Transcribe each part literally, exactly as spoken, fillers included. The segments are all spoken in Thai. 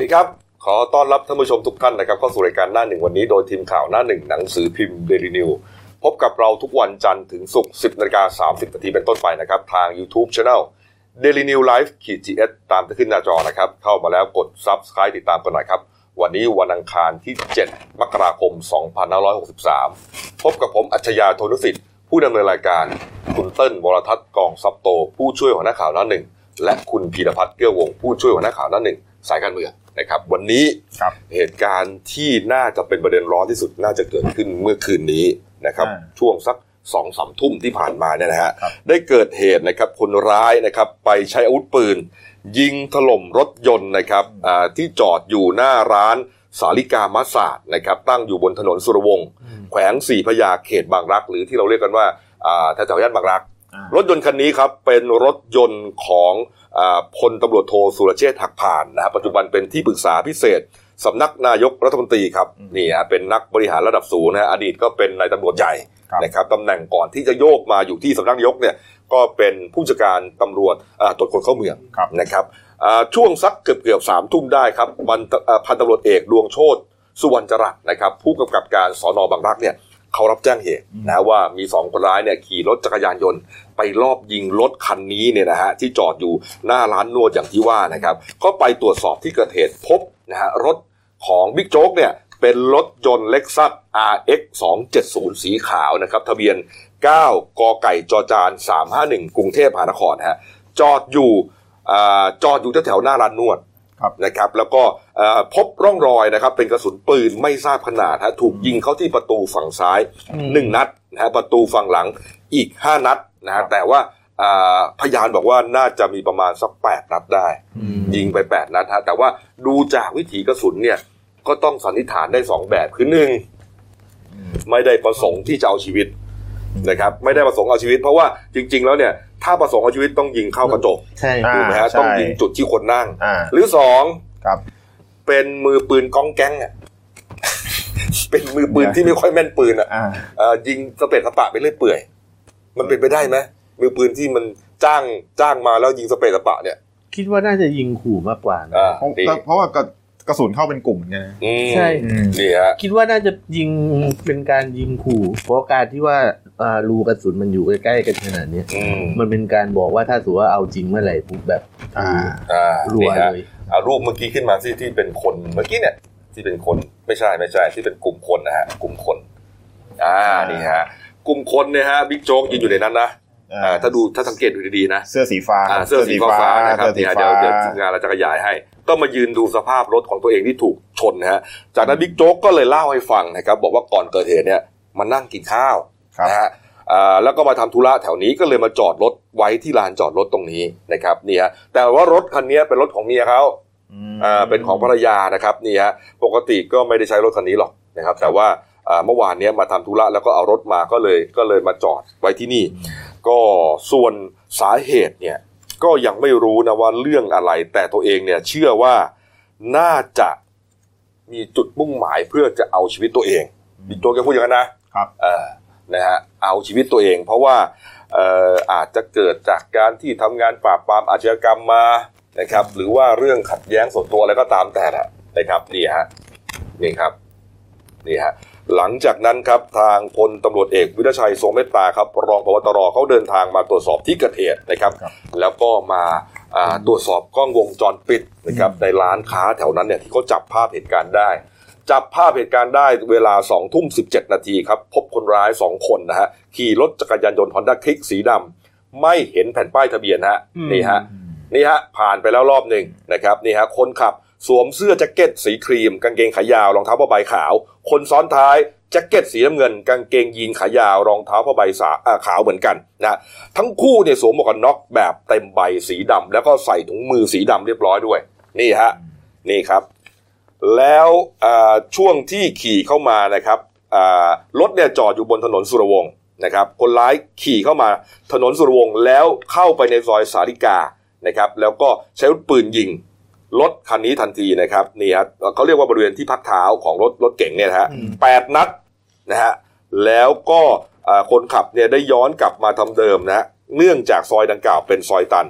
ดีครับขอต้อนรับท่านผู้ชมทุกท่านนะครับเข้าสู่รายการหน้าหนึ่งวันนี้โดยทีมข่าวหน้าหนึ่งหนังสือพิมพ์ Daily News พบกับเราทุกวันจันทร์ถึงศุกร์ สิบนาฬิกาสามสิบนาทีเป็นต้นไปนะครับทาง YouTube Channel Daily News Live ขีด จี เอส ตามที่ขึ้นหน้าจอนะครับเข้ามาแล้วกด Subscribe ติดตามกันหน่อยครับวันนี้วันอังคารที่เจ็ดมกราคมสองพันห้าร้อยหกสิบสามพบกับผมอัจฉริยะ โทนุสิทธิ์ผู้ดำเนินรายการคุณเติ้ลวรทัศน์กองซับโตผู้ช่วยหัวหน้าข่าวหน้าหนึ่งและคุณพีรพัฒน์เกื้อวงผู้ช่วยหัวหน้าข่าวหน้าหนึ่งสายการเมืองนะครับวันนี้เหตุการณ์ที่น่าจะเป็นประเด็นร้อนที่สุดน่าจะเกิดขึ้นเมื่อคืนนี้นะครับช่วงสัก สองถึงสาม ทุ่มที่ผ่านมาเนี่ยนะฮะได้เกิดเหตุนะครับคนร้ายนะครับไปใช้อาวุธปืนยิงถล่มรถยนต์นะครับที่จอดอยู่หน้าร้านสาลิกามัสสาดนะครับตั้งอยู่บนถนนสุรวงศ์แขวงสี่พระยาเขตบางรักหรือที่เราเรียกกันว่าแถวๆย่านบางรักรถยนต์คันนี้ครับเป็นรถยนต์ของพลตำรวจโทสุรเชษฐ์หักพานนะฮะปัจจุบันเป็นที่ปรึกษาพิเศษสำนักนายกรัฐมนตรีครับนี่ฮะเป็นนักบริหารระดับสูงนะอดีตก็เป็นนายตำรวจใหญ่นะครับตำแหน่งก่อนที่จะโยกมาอยู่ที่สำนักนายกเนี่ยก็เป็นผู้จัดการตำรวจตรวจคนเข้าเมืองนะครับช่วงสักเกือบเกือบสามทุ่มได้ครับพันตำรวจเอกดวงโชติสุวรรณจรัสนะครับผู้กำกับการสน.บางรักเนี่ยเขารับแจ้งเหตุนะว่ามีสองคนร้ายเนี่ยขี่รถจักรยานยนต์ไปลอบยิงรถคันนี้เนี่ยนะฮะที่จอดอยู่หน้าร้านนวดอย่างที่ว่านะครับก็ไปตรวจสอบที่เกิดเหตุพบนะฮะรถของบิ๊กโจ๊กเนี่ยเป็นรถยนต์ Lexus อาร์ เอ็กซ์ สองเจ็ดศูนย์ สีขาวนะครับทะเบียนเก้ากไก่จอจานสามห้าหนึ่งกรุงเทพมหานครฮะจอดอยู่อ่าจอดอยู่แถวๆหน้าร้านนวดนะครับแล้วก็พบร่องรอยนะครับเป็นกระสุนปืนไม่ทราบขนาดฮะถูกยิงเข้าที่ประตูฝั่งซ้ายหนึ่งนัดนะฮะประตูฝั่งหลังอีกห้านัดนะฮะแต่ว่าพยานบอกว่าน่าจะมีประมาณสักแปดนัดได้ยิงไปแปดนัดฮะแต่ว่าดูจากวิถีกระสุนเนี่ยก็ต้องสันนิษฐานได้สองแบบคือหนึ่งไม่ได้ประสงค์ที่จะเอาชีวิตนะครับไม่ได้ประสงค์เอาชีวิตเพราะว่าจริงๆแล้วเนี่ยถ้าประสงค์เอาชีวิตต้องยิงเข้ากระจกถูกไหมฮะต้องยิงจุดที่คนนั่งหรือสองเป็นมือปืนก้องแก๊งอ่ะเป็นมือปืนที่ไม่ค่อยแม่นปืนอ่ะยิงสเปรย์สปะไปเรื่อยเปื่อยมันเป็นไปได้ไหมมือปืนที่มันจ้างจ้างมาแล้วยิงสเปรย์สปะเนี่ยคิดว่าน่าจะยิงขู่มากกว่าเพราะว่ากระสุนเข้าเป็นกลุ่มไงใช่นี่ฮะคิดว่าน่าจะยิงเป็นการยิงขู่เพราะการที่ว่ารูกระสุนมันอยู่ใกล้ๆกันขนาดนี้มันเป็นการบอกว่าถ้าสมมติว่าเอาจริงเมื่อไหร่ปุ๊บแบบรัวเลยเอารูปเมื่อกี้ขึ้นมาที่ที่เป็นคนเมื่อกี้เนี่ยที่เป็นคนไม่ใช่ไม่ใช่ที่เป็นกลุ่มคนนะฮะกลุ่มคนอ่านี่ฮะกลุ่มคนเนี่ยฮะบิ๊กโจ๊กยืนอยู่ในนั้นนะอ่าถ้าดูถ้าสังเกตดูดีๆนะเสื้อสีฟ้าเสื้อสีฟ้านะครับเดี๋ยวเดี๋ยวทีมงานเราจะขยายให้ก็มายืนดูสภาพรถของตัวเองที่ถูกชนนะฮะจากนั้นบิ๊กโจ๊กก็เลยเล่าให้ฟังนะครับบอกว่าก่อนเกิดเหตุเนี่ยมานั่งกินข้าวนะฮะแล้วก็มาทำธุระแถวนี้ก็เลยมาจอดรถไว้ที่ลานจอดรถตรงนี้นะครับนี่ฮะแต่ว่ารถคันนี้เป็นรถของเมียเขาอ่าเป็นของภรรยานะครับนี่ฮะปกติก็ไม่ได้ใช้รถคันนี้หรอกนะครับแต่ว่าเมื่อวานนี้มาทำธุระแล้วก็เอารถมาก็เลยก็เลยมาจอดไว้ที่นี่ก็ส่วนสาเหตุเนี่ยก็ยังไม่รู้นะว่าเรื่องอะไรแต่ตัวเองเนี่ยเชื่อว่าน่าจะมีจุดมุ่งหมายเพื่อจะเอาชีวิตตัวเองบิ๊กโจ๊กแกพูดอย่างนั้นนะครับเออนะฮะเอาชีวิตตัวเองเพราะว่าเอ่ออาจจะเกิดจากการที่ทำงานปราบปรามอาชญากรรมมานะครับหรือว่าเรื่องขัดแย้งส่วนตัวอะไรก็ตามแต่นะครับนี่ฮะนี่ครับนี่ฮะหลังจากนั้นครับทางพลตำรวจเอกวิรชัยทรงเมตตาครับรองผบ.ตร.เขาเดินทางมาตรวจสอบที่เกิดเหตุนะครับแล้วก็มาตรวจสอบกล้องวงจรปิดนะครับในร้านค้าแถวนั้นเนี่ยที่เขาจับภาพเหตุการณ์ได้จับภาพเหตุการณ์ได้เวลา สองทุ่มสิบเจ็ดนาทีครับพบคนร้ายสองคนนะฮะขี่รถจักรยานยนต์ Honda Click สีดำไม่เห็นแผ่นป้ายทะเบียนฮะนี่ฮะนี่ฮะผ่านไปแล้วรอบนึงนะครับนี่ฮะคนขับสวมเสื้อแจ็คเก็ตสีครีมกางเกงขายาวรองเท้าผ้าใบขาวคนซ้อนท้ายแจ็คเก็ตสีน้ำเงินกางเกงยีนขายาวรองเท้าผ้าใบสาขาวเหมือนกันนะทั้งคู่เนี่ยสวมหมวกกันน็อกแบบเต็มใบสีดำแล้วก็ใส่ถุงมือสีดำเรียบร้อยด้วยนี่ฮะนี่ครับแล้วช่วงที่ขี่เข้ามานะครับรถเนี่ยจอดอยู่บนถนนสุรวงศ์นะครับคนร้ายขี่เข้ามาถนนสุรวงศ์แล้วเข้าไปในซอยสาริกานะครับแล้วก็ใช้ปืนยิงรถคันนี้ทันทีนะครับนี่ฮะเขาเรียกว่าบริเวณที่พักเท้าของรถรถเก๋งเนี่ยนะฮะแปดนัดนะฮะแล้วก็คนขับเนี่ยได้ย้อนกลับมาทำเดิมนะฮะเนื่องจากซอยดังกล่าวเป็นซอยตัน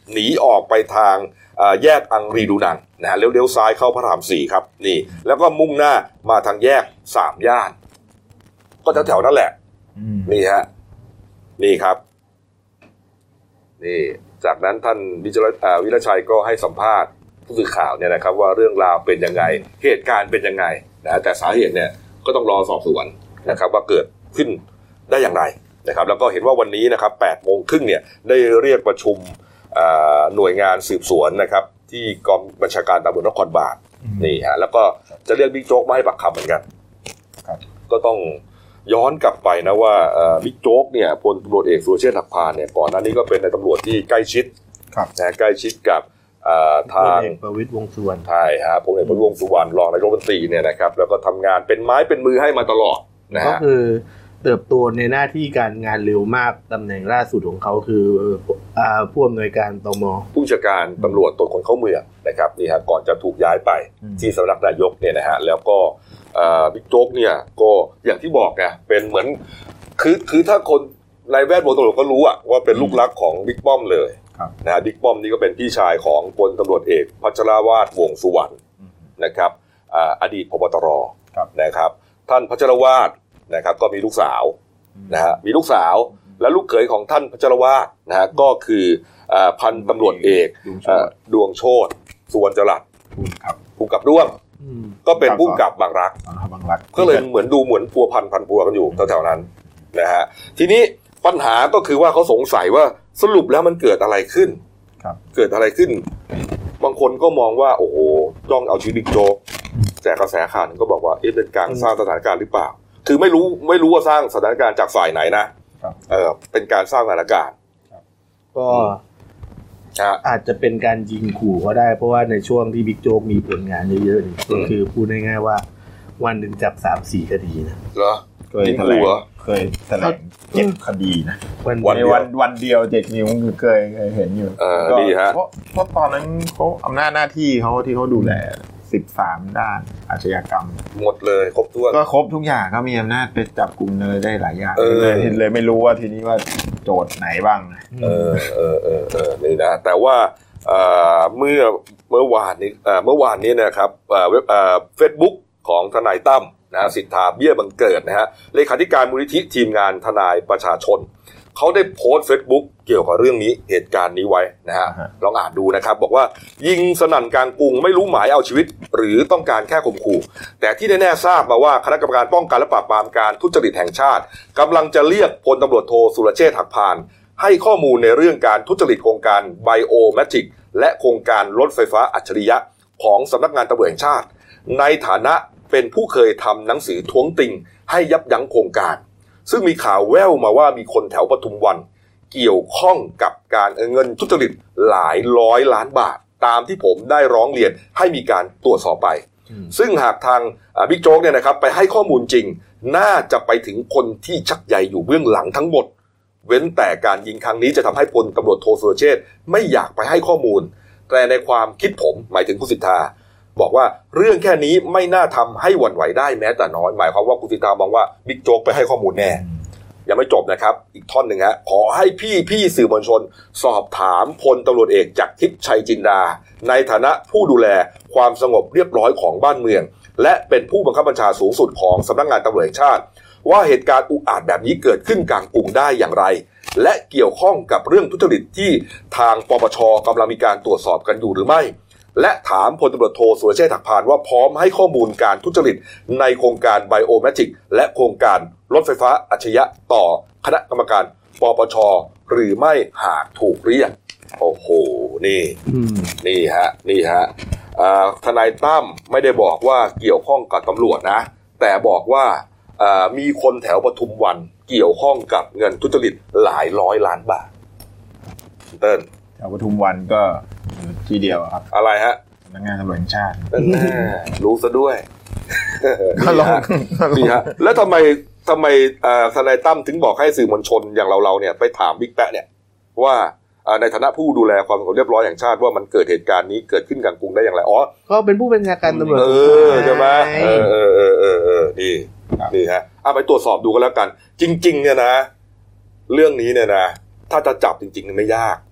หนีออกไปทางแยกอังรีดูนังนะฮะเลี้ยวซ้ายเข้าพระรามสี่ครับนี่แล้วก็มุ่งหน้ามาทางแยกสามย่านก็แถวๆนั่นแหละนี่ฮะนี่ครับนี่จากนั้นท่านวิรชัยก็ให้สัมภาษณ์ผู้สื่อข่าวเนี่ยนะครับว่าเรื่องราวเป็นยังไงเหตุการณ์เป็นยังไงนะแต่สาเหตุเนี่ยก็ต้องรอสอบสวนนะครับว่าเกิดขึ้นได้อย่างไรนะครับแล้วก็เห็นว่าวันนี้นะครับแปดโมงครึ่งเนี่ยได้เรียกประชุมหน่วยงานสืบสวนนะครับที่กองบัญชาการตำรวจนครบาลนี่ฮะแล้วก็จะเรียกบิ๊กโจ๊กมาให้ปากคำเหมือนกันก็ต้องย้อนกลับไปนะว่าบิ๊กโจ๊กเนี่ยพลตำรวจเอกสุรเชษฐ์หักพานเนี่ยก่อนหน้านี้ก็เป็นนายตำรวจที่ใกล้ชิดนะใกล้ชิดกับทางพลเอกประวิตรวงษ์สุวรรณใช่ฮะพลเอกประวิตรวงษ์สุวรรณรองนายกรัฐมนตรีเนี่ยนะครับแล้วก็ทำงานเป็นไม้เป็นมือให้มาตลอดนะฮะก็คือเติบโตในหน้าที่การงานเร็วมากตำแหน่งล่าสุดของเขาคือผู้อำนวยการตม. ผู้จัดการตำรวจตรวจคนเข้าเมืองนะครับนี่ฮะก่อนจะถูกย้ายไปที่สำนักนายกเนี่ยนะฮะแล้วก็บิ๊กโจ๊กเนี่ยก็อย่างที่บอกไงเป็นเหมือนคือคือถ้าคนในแวดวงตำรวจก็รู้อะว่าเป็นลูกรักของบิ๊กป้อมเลยนะฮะบิ๊กป้อมนี่ก็เป็นพี่ชายของพลตำรวจเอกพัชรวาทวงษ์สุวรรณนะครับอดีตผบ.ตร.นะครับท่านพัชรวาทนะครับก็มีลูกสาวนะฮะมีลูกสาวและลูกเขยของท่านพัชรวาทนะฮะก็คือพันตำรวจเอกดวงโชติสุวรรณจรัสผู้กำกับด้วงก็เป็นผู้กำกับบางรักก็เลยเหมือนดูเหมือนพัวพันพันพัวกันอยู่แถวๆนั้นนะฮะทีนี้ปัญหาก็คือว่าเขาสงสัยว่าสรุปแล้วมันเกิดอะไรขึ้นเกิดอะไรขึ้นบางคนก็มองว่าโอ้โหจ้องเอาชีวิตบิ๊กโจ๊กแต่กระแสข่าวก็บอกว่าเอ๊ะเป็นการสร้างสถานการณ์หรือเปล่าคือไม่รู้ไม่รู้ว่าสร้างสถานการณ์จากฝ่ายไหนนะเออเป็นการสร้างสถานการณ์ก็อาจจะเป็นการยิงขู่ก็ได้เพราะว่าในช่วงที่บิ๊กโจ๊กมีผลงานเยอะๆนี่ก็คือพูดง่ายๆว่าวันหนึ่งจับ สามสี่ คดีนะเหรอเคยแถลงเคยแถลงเจ็ดคดีนะวันวันวันเดียวเจ็ดนิ้วเคยเห็นอยู่ก็เพราะเพราะตอนนั้นเขาอำนาจหน้าที่เขาที่เขาดูแลสิบสามด้านอาชญากรรมหมดเลยครบถ้วนก็ครบทุกอย่างก็มีอำนาจไปจับกุมเลยได้หลายอย่างเลยเลยไม่รู้ว่าทีนี้ว่าโจทย์ไหนบ้างเออเออเออเออนี่นะแต่ว่าเมื่อเมื่อวานนี้เมื่อวานนี้นะครับเว็บเฟซบุ๊กของทนายตั้มนะสิทธาเบี้ยบังเกิดนะฮะเลขาธิการมูลนิธิทีมงานทนายประชาชนเขาได้โพสต์ Facebook เกี่ยวกับเรื่องนี้เหตุการณ์นี้ไว้นะฮะลองอ่านดูนะครับบอกว่ายิงสนั่นกลางกรุงไม่รู้หมายเอาชีวิตหรือต้องการแค่ข่มขู่แต่ที่แน่ๆทราบมาว่าคณะกรรมการป้องกันและปราบปรามการทุจริตแห่งชาติกำลังจะเรียกพลตำรวจโทสุรเชษฐ์หักพานให้ข้อมูลในเรื่องการทุจริตโครงการไบโอแมทริกและโครงการรถไฟฟ้าอัจฉริยะของสำนักงานตำรวจแห่งชาติในฐานะเป็นผู้เคยทำหนังสือท้วงติงให้ยับยั้งโครงการซึ่งมีข่าวแว่วมาว่ามีคนแถวปทุมวันเกี่ยวข้องกับการเงินทุจริตหลายร้อยล้านบาทตามที่ผมได้ร้องเรียนให้มีการตรวจสอบไปซึ่งหากทางบิ๊กโจ๊กเนี่ยนะครับไปให้ข้อมูลจริงน่าจะไปถึงคนที่ชักใยอยู่เบื้องหลังทั้งหมดเว้นแต่การยิงครั้งนี้จะทำให้พลตำรวจโทสุรเชษฐ์ไม่อยากไปให้ข้อมูลแต่ในความคิดผมหมายถึงคุณสิทธาบอกว่าเรื่องแค่นี้ไม่น่าทำให้หวั่นไหวได้แม้แต่น้อยหมายความว่าคุณสิทธามองว่าบิ๊กโจ๊กไปให้ข้อมูลแน่ยังไม่จบนะครับอีกท่อนหนึ่งฮะขอให้พี่พี่สื่อมวลชนสอบถามพลตำรวจเอกจักรทิพย์ชัยจินดาในฐานะผู้ดูแลความสงบเรียบร้อยของบ้านเมืองและเป็นผู้บังคับบัญชาสูงสุดของสำนักงานตำรวจแห่งชาติว่าเหตุการณ์อุกอาจแบบนี้เกิดขึ้นกลางกรุงได้อย่างไรและเกี่ยวข้องกับเรื่องทุจริตที่ทางปปช.กำลังมีการตรวจสอบกันอยู่หรือไม่และถามพลตำรวจโทสุรเชษฐ์หักพานว่าพร้อมให้ข้อมูลการทุจริตในโครงการไบโอแมทริกและโครงการรถไฟฟ้าอัจฉริยะต่อคณะกรรมการปปช.หรือไม่หากถูกเรียกโอ้โหนี่นี่ฮะนี่ฮะทนายตั้มไม่ได้บอกว่าเกี่ยวข้องกับตำรวจนะแต่บอกว่ามีคนแถวปทุมวันเกี่ยวข้องกับเงินทุจริตหลายร้อยล้านบาทเติ้ลแถวปทุมวันก็ทีเดียวครับอะไรฮะสำนักงานตำรวจแห่งชาติรู้ซะด้วยก็ลองนี่ฮะแล้วทำไมทำไมทนายตั้มถึงบอกให้สื่อมวลชนอย่างเราๆเนี่ยไปถามบิ๊กแป๊ะเนี่ยว่าในฐานะผู้ดูแลความสงบเรียบร้อยแห่งชาติว่ามันเกิดเหตุการณ์นี้เกิดขึ้นกลางกรุงได้อย่างไรอ๋อก็เป็นผู้บัญชาการตำรวจเออใช่ไหมเออเออเออเออเออนี่นี่ฮะเอาไปตรวจสอบดูกันแล้วกันจริงๆเนี่ยนะเรื่องนี้เนี่ยนะถ้าจะจับจริงๆไม่ยาก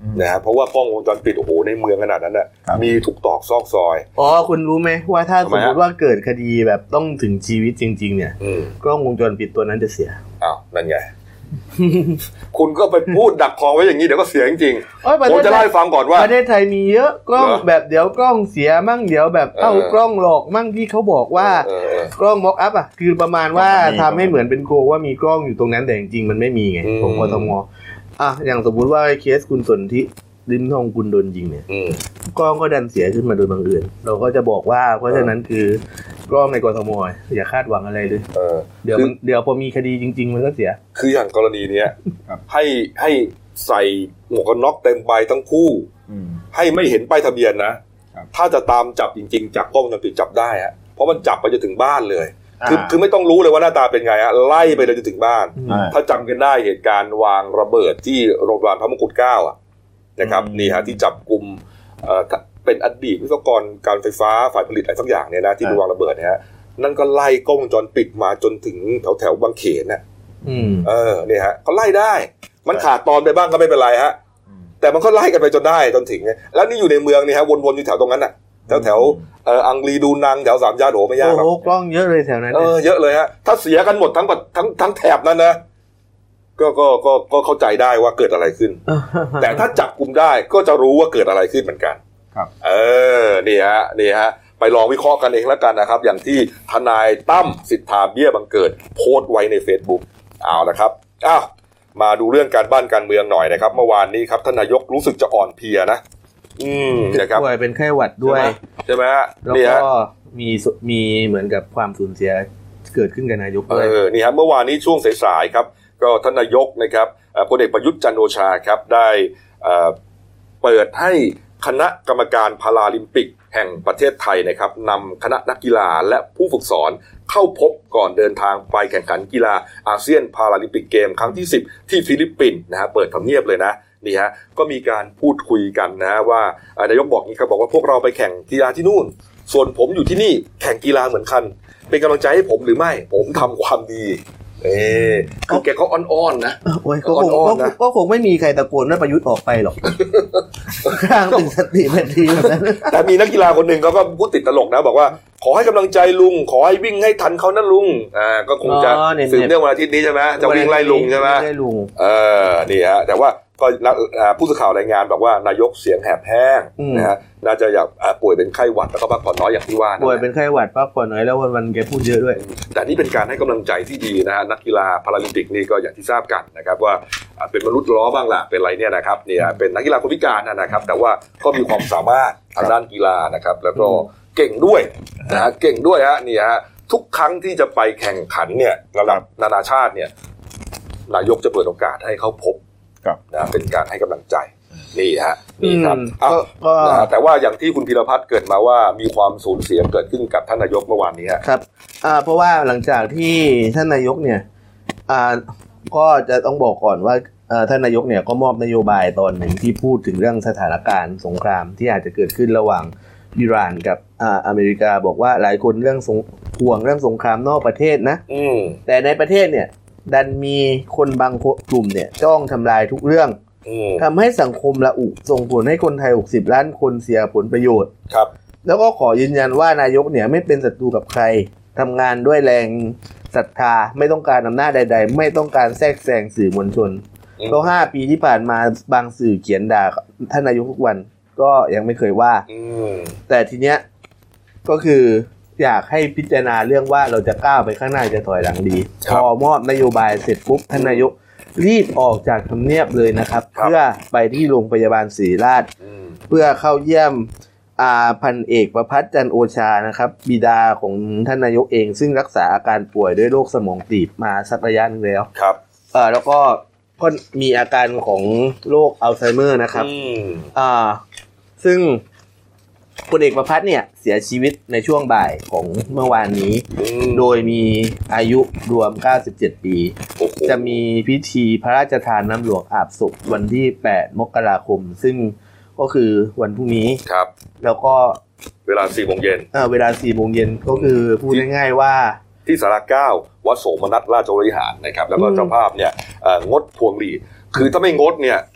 นะฮะเพราะว่ากล้องวงจรปิดโอ้โหในเมืองขนาดนั้นน่ะมีทุกตอกซอกซอยอ๋อคุณรู้ไหมว่าถ้าสมมติว่าเกิดคดีแบบต้องถึงชีวิตจริงๆเนี่ยกล้องวงจรปิดตัวนั้นจะเสียอ้าวนั่นไง คุณก็ไปพูดดักคอไว้อย่างนี้เดี๋ยวก็เสียจริงๆผมจะเล่าให้ฟังก่อนว่าประเทศไทยมีเยอะกล้องแบบเดี๋ยวกล้องเสียมั่งเดี๋ยวแบบเอ้ากล้องหลอกมั่งที่เขาบอกว่ากล้องม็อกอัพอ่ะคือประมาณว่าทำให้เหมือนเป็นโกว่ามีกล้องอยู่ตรงนั้นแต่จริงๆมันไม่มีไงของกทมอ่ะอย่างสมมุติว่าเคสคุณสนธิริมทองกุลโดนยิงเนี่ยกล้องก็ดันเสียขึ้นมาโดยบังเอิญเราก็จะบอกว่าเพราะฉะนั้นคือกล้องในกทมอย่าคาดหวังอะไรเลยเออเดี๋ยวเดี๋ยวพอมีคดีจริงๆมันก็เสียคืออย่างกรณีเนี้ยให้ให้ใส่หมวกกันน็อกเต็มใบทั้งคู่ให้ไม่เห็นป้ายทะเบียนนะถ้าจะตามจับจริงๆจากกล้องวงจรปิดจับได้ฮะเพราะมันจับไปจนถึงบ้านเลยคือคือไม่ต้องรู้เลยว่าหน้าตาเป็นไงฮะไล่ไปเลยจนถึงบ้านถ้าจำกันได้เหตุการณ์วางระเบิดที่โรงพยาบาลพระมงกุฎเกล้าอ่ะนะครับนี่ฮะที่จับกุมเป็นอดีตวิศวกรการไฟฟ้าฝ่ายผลิตอะไรสักอย่างเนี่ยนะที่วางระเบิดเนี่ยฮะนั่นก็ไล่กล้องวงจรปิดมาจนถึงแถวแถวบางเขนน่ะเออเนี่ยฮะเขาไล่ได้มันขาดตอนไปบ้างก็ไม่เป็นไรฮะแต่มันก็ไล่กันไปจนได้จนถึงแล้วนี่อยู่ในเมืองนี่ฮะวนๆอยู่แถวตรงนั้นน่ะแถวแถวเอ่ออังรีดูนังแถวสามย่านโหไม่ยากครับโอ้กล้องเยอะเลยแถวนั้นเออเยอะเลยฮะถ้าเสียกันหมดทั้งทั้งทั้งแถบนั้นนะก็ก็ก็ก็เข้าใจได้ว่าเกิดอะไรขึ้นแต่ถ้าจับกุมได้ก็จะรู้ว่าเกิดอะไรขึ้นเหมือนกันครับเออนี่ฮะนี่ฮะไปลองวิเคราะห์กันเองแล้วกันนะครับอย่างที่ทนายตั้มสิทธาเบี้ยบังเกิดโพสต์ไว้ใน Facebook เอาละครับอ้าวมาดูเรื่องการบ้านการเมืองหน่อยนะครับเมื่อวานนี้ครับท่านนายกรู้สึกจะอ่อนเพลียนะอืมนะครับป่วยเป็นไข้หวัดด้วยใช่ไหมฮะแล้วก็มีมีเหมือนกับความสูญเสียเกิดขึ้นกับนายกด้วยเออนี่ครับเมื่อวานนี้ช่วงสายๆครับก็ท่านนายกนะครับพลเอกประยุทธ์จันทร์โอชาครับได้เปิดให้คณะกรรมการพาราลิมปิกแห่งประเทศไทยนะครับนำคณะนักกีฬาและผู้ฝึกสอนเข้าพบก่อนเดินทางไปแข่งขันกีฬาอาเซียนพาราลิมปิกเกมครั้งที่สิบที่ฟิลิปปินส์นะฮะเปิดทำเนียบเลยนะนี่ฮะก็มีการพูดคุยกันนะว่านายกบอกนี้ครับบอกว่าพวกเราไปแข่งกีฬาที่นู่นส่วนผมอยู่ที่นี่แข่งกีฬาเหมือนกันเป็นกำลังใจให้ผมหรือไม่ผมทำความดีเออคือแกเขาอ่อนๆนะโอ้ยก็คงก็คงไม่มีใครตะโกนว่าประยุทธ์ออกไปหรอกข้างตึงสติแผ่นทีแบบนั้นแต่มีนักกีฬาคนหนึ่งเขาก็พูดติดตลกนะบอกว่าขอให้กำลังใจลุงขอให้วิ่งให้ทันเขานะลุงอ่าก็คงจะสืบเนื่องวันอาทิตย์นี้ใช่ไหมจะวิ่งไล่ลุงใช่ไหมเออนี่ฮะแต่ว่าก็ผู้สื่อข่าวรายงานบอกว่านายกเสียงแหบแห้งนะฮะน่าจะอยากป่วยเป็นไข้หวัดแล้วก็พักผ่อนน้อยอย่างที่ว่าป่วยเป็นไข้หวัดพักผ่อนน้อยแล้ววันๆแกพูดเยอะด้วยแต่นี่เป็นการให้กำลังใจที่ดีนะฮะนักกีฬาพาราลิมปิกนี่ก็อย่างที่ทราบกันนะครับว่าเป็นมนุษย์ล้อบ้างล่ะเป็นอะไรเนี่ยนะครับเนี่ยเป็นนักกีฬาคนพิการนะครับแต่ว่าก็มีความสามารถทางด้านกีฬานะครับแล้วก็เก่งด้วยนะฮะเก่งด้วยฮะนี่ฮะทุกครั้งที่จะไปแข่งขันเนี่ยระดับนานาชาติเนี่ยนายกจะเปิดโอกาสให้เขาพบนะเป็นการให้กำลังใจนี่ฮะนี่ครับนะแต่ว่าอย่างที่คุณพีรพัฒน์เกิดมาว่ามีความสูญเสียเกิดขึ้นกับท่านนายกเมื่อวานนี้ครับอ่าเพราะว่าหลังจากที่ท่านนายกเนี่ยอ่าก็จะต้องบอกก่อนว่าท่านนายกเนี่ยก็มอบนโยบายตอนหนึ่งที่พูดถึงเรื่องสถานการณ์สงครามที่อาจจะเกิดขึ้นระหว่างอิหร่านกับอ่าอเมริกาบอกว่าหลายคนเรื่องห่วงเรื่องสงครามนอกประเทศนะแต่ในประเทศเนี่ยดันมีคนบางกลุ่มเนี่ยจ้องทำลายทุกเรื่องทำให้สังคมระอุส่งผลให้คนไทยหกสิบล้านคนเสียผลประโยชน์ครับแล้วก็ขอยืนยันว่านายกเนี่ยไม่เป็นศัตรูกับใครทำงานด้วยแรงศรัทธาไม่ต้องการอำนาจใดๆไม่ต้องการแทรกแซงสื่อมวลชนเพราะห้าปีที่ผ่านมาบางสื่อเขียนด่าท่านนายกทุกวันก็ยังไม่เคยว่าแต่ทีเนี้ยก็คืออยากให้พิจารณาเรื่องว่าเราจะก้าวไปข้างหน้าจะถอยหลังดีพอมอบนโยบายเสร็จปุ๊บท่านนายกรีบออกจากทำเนียบเลยนะครับเพื่อไปที่โรงพยาบาลศรีราชเพื่อเข้าเยี่ยมอาพันเอกประภัสจันทร์โอชานะครับบิดาของท่านนายกเองซึ่งรักษาอาการป่วยด้วยโรคสมองตีบมาสักระยะนึงแล้วครับเอ่อแล้วก็ก็มีอาการของโรคอัลไซเมอร์นะครับอ่าซึ่งพลเอกประภัสเนี่ยเสียชีวิตในช่วงบ่ายของเมื่อวานนี้โดยมีอายุรวมเก้าสิบเจ็ดปีจะมีพิธีพระราชทานน้ำหลวงอาบศพวันที่แปดมกราคมซึ่งก็คือวันพรุ่งนี้ครับแล้วก็เวลา สี่โมงเย็นเออเวลา สี่โมงเย็นก็คือพูดง่ายๆว่าที่ศาลาเก้าวัดโสมนัสราชบริหารนะครับแล้วก็เจ้าภาพเนี่ยงดพวงหลีดคือถ้าไม่งดเนี่ย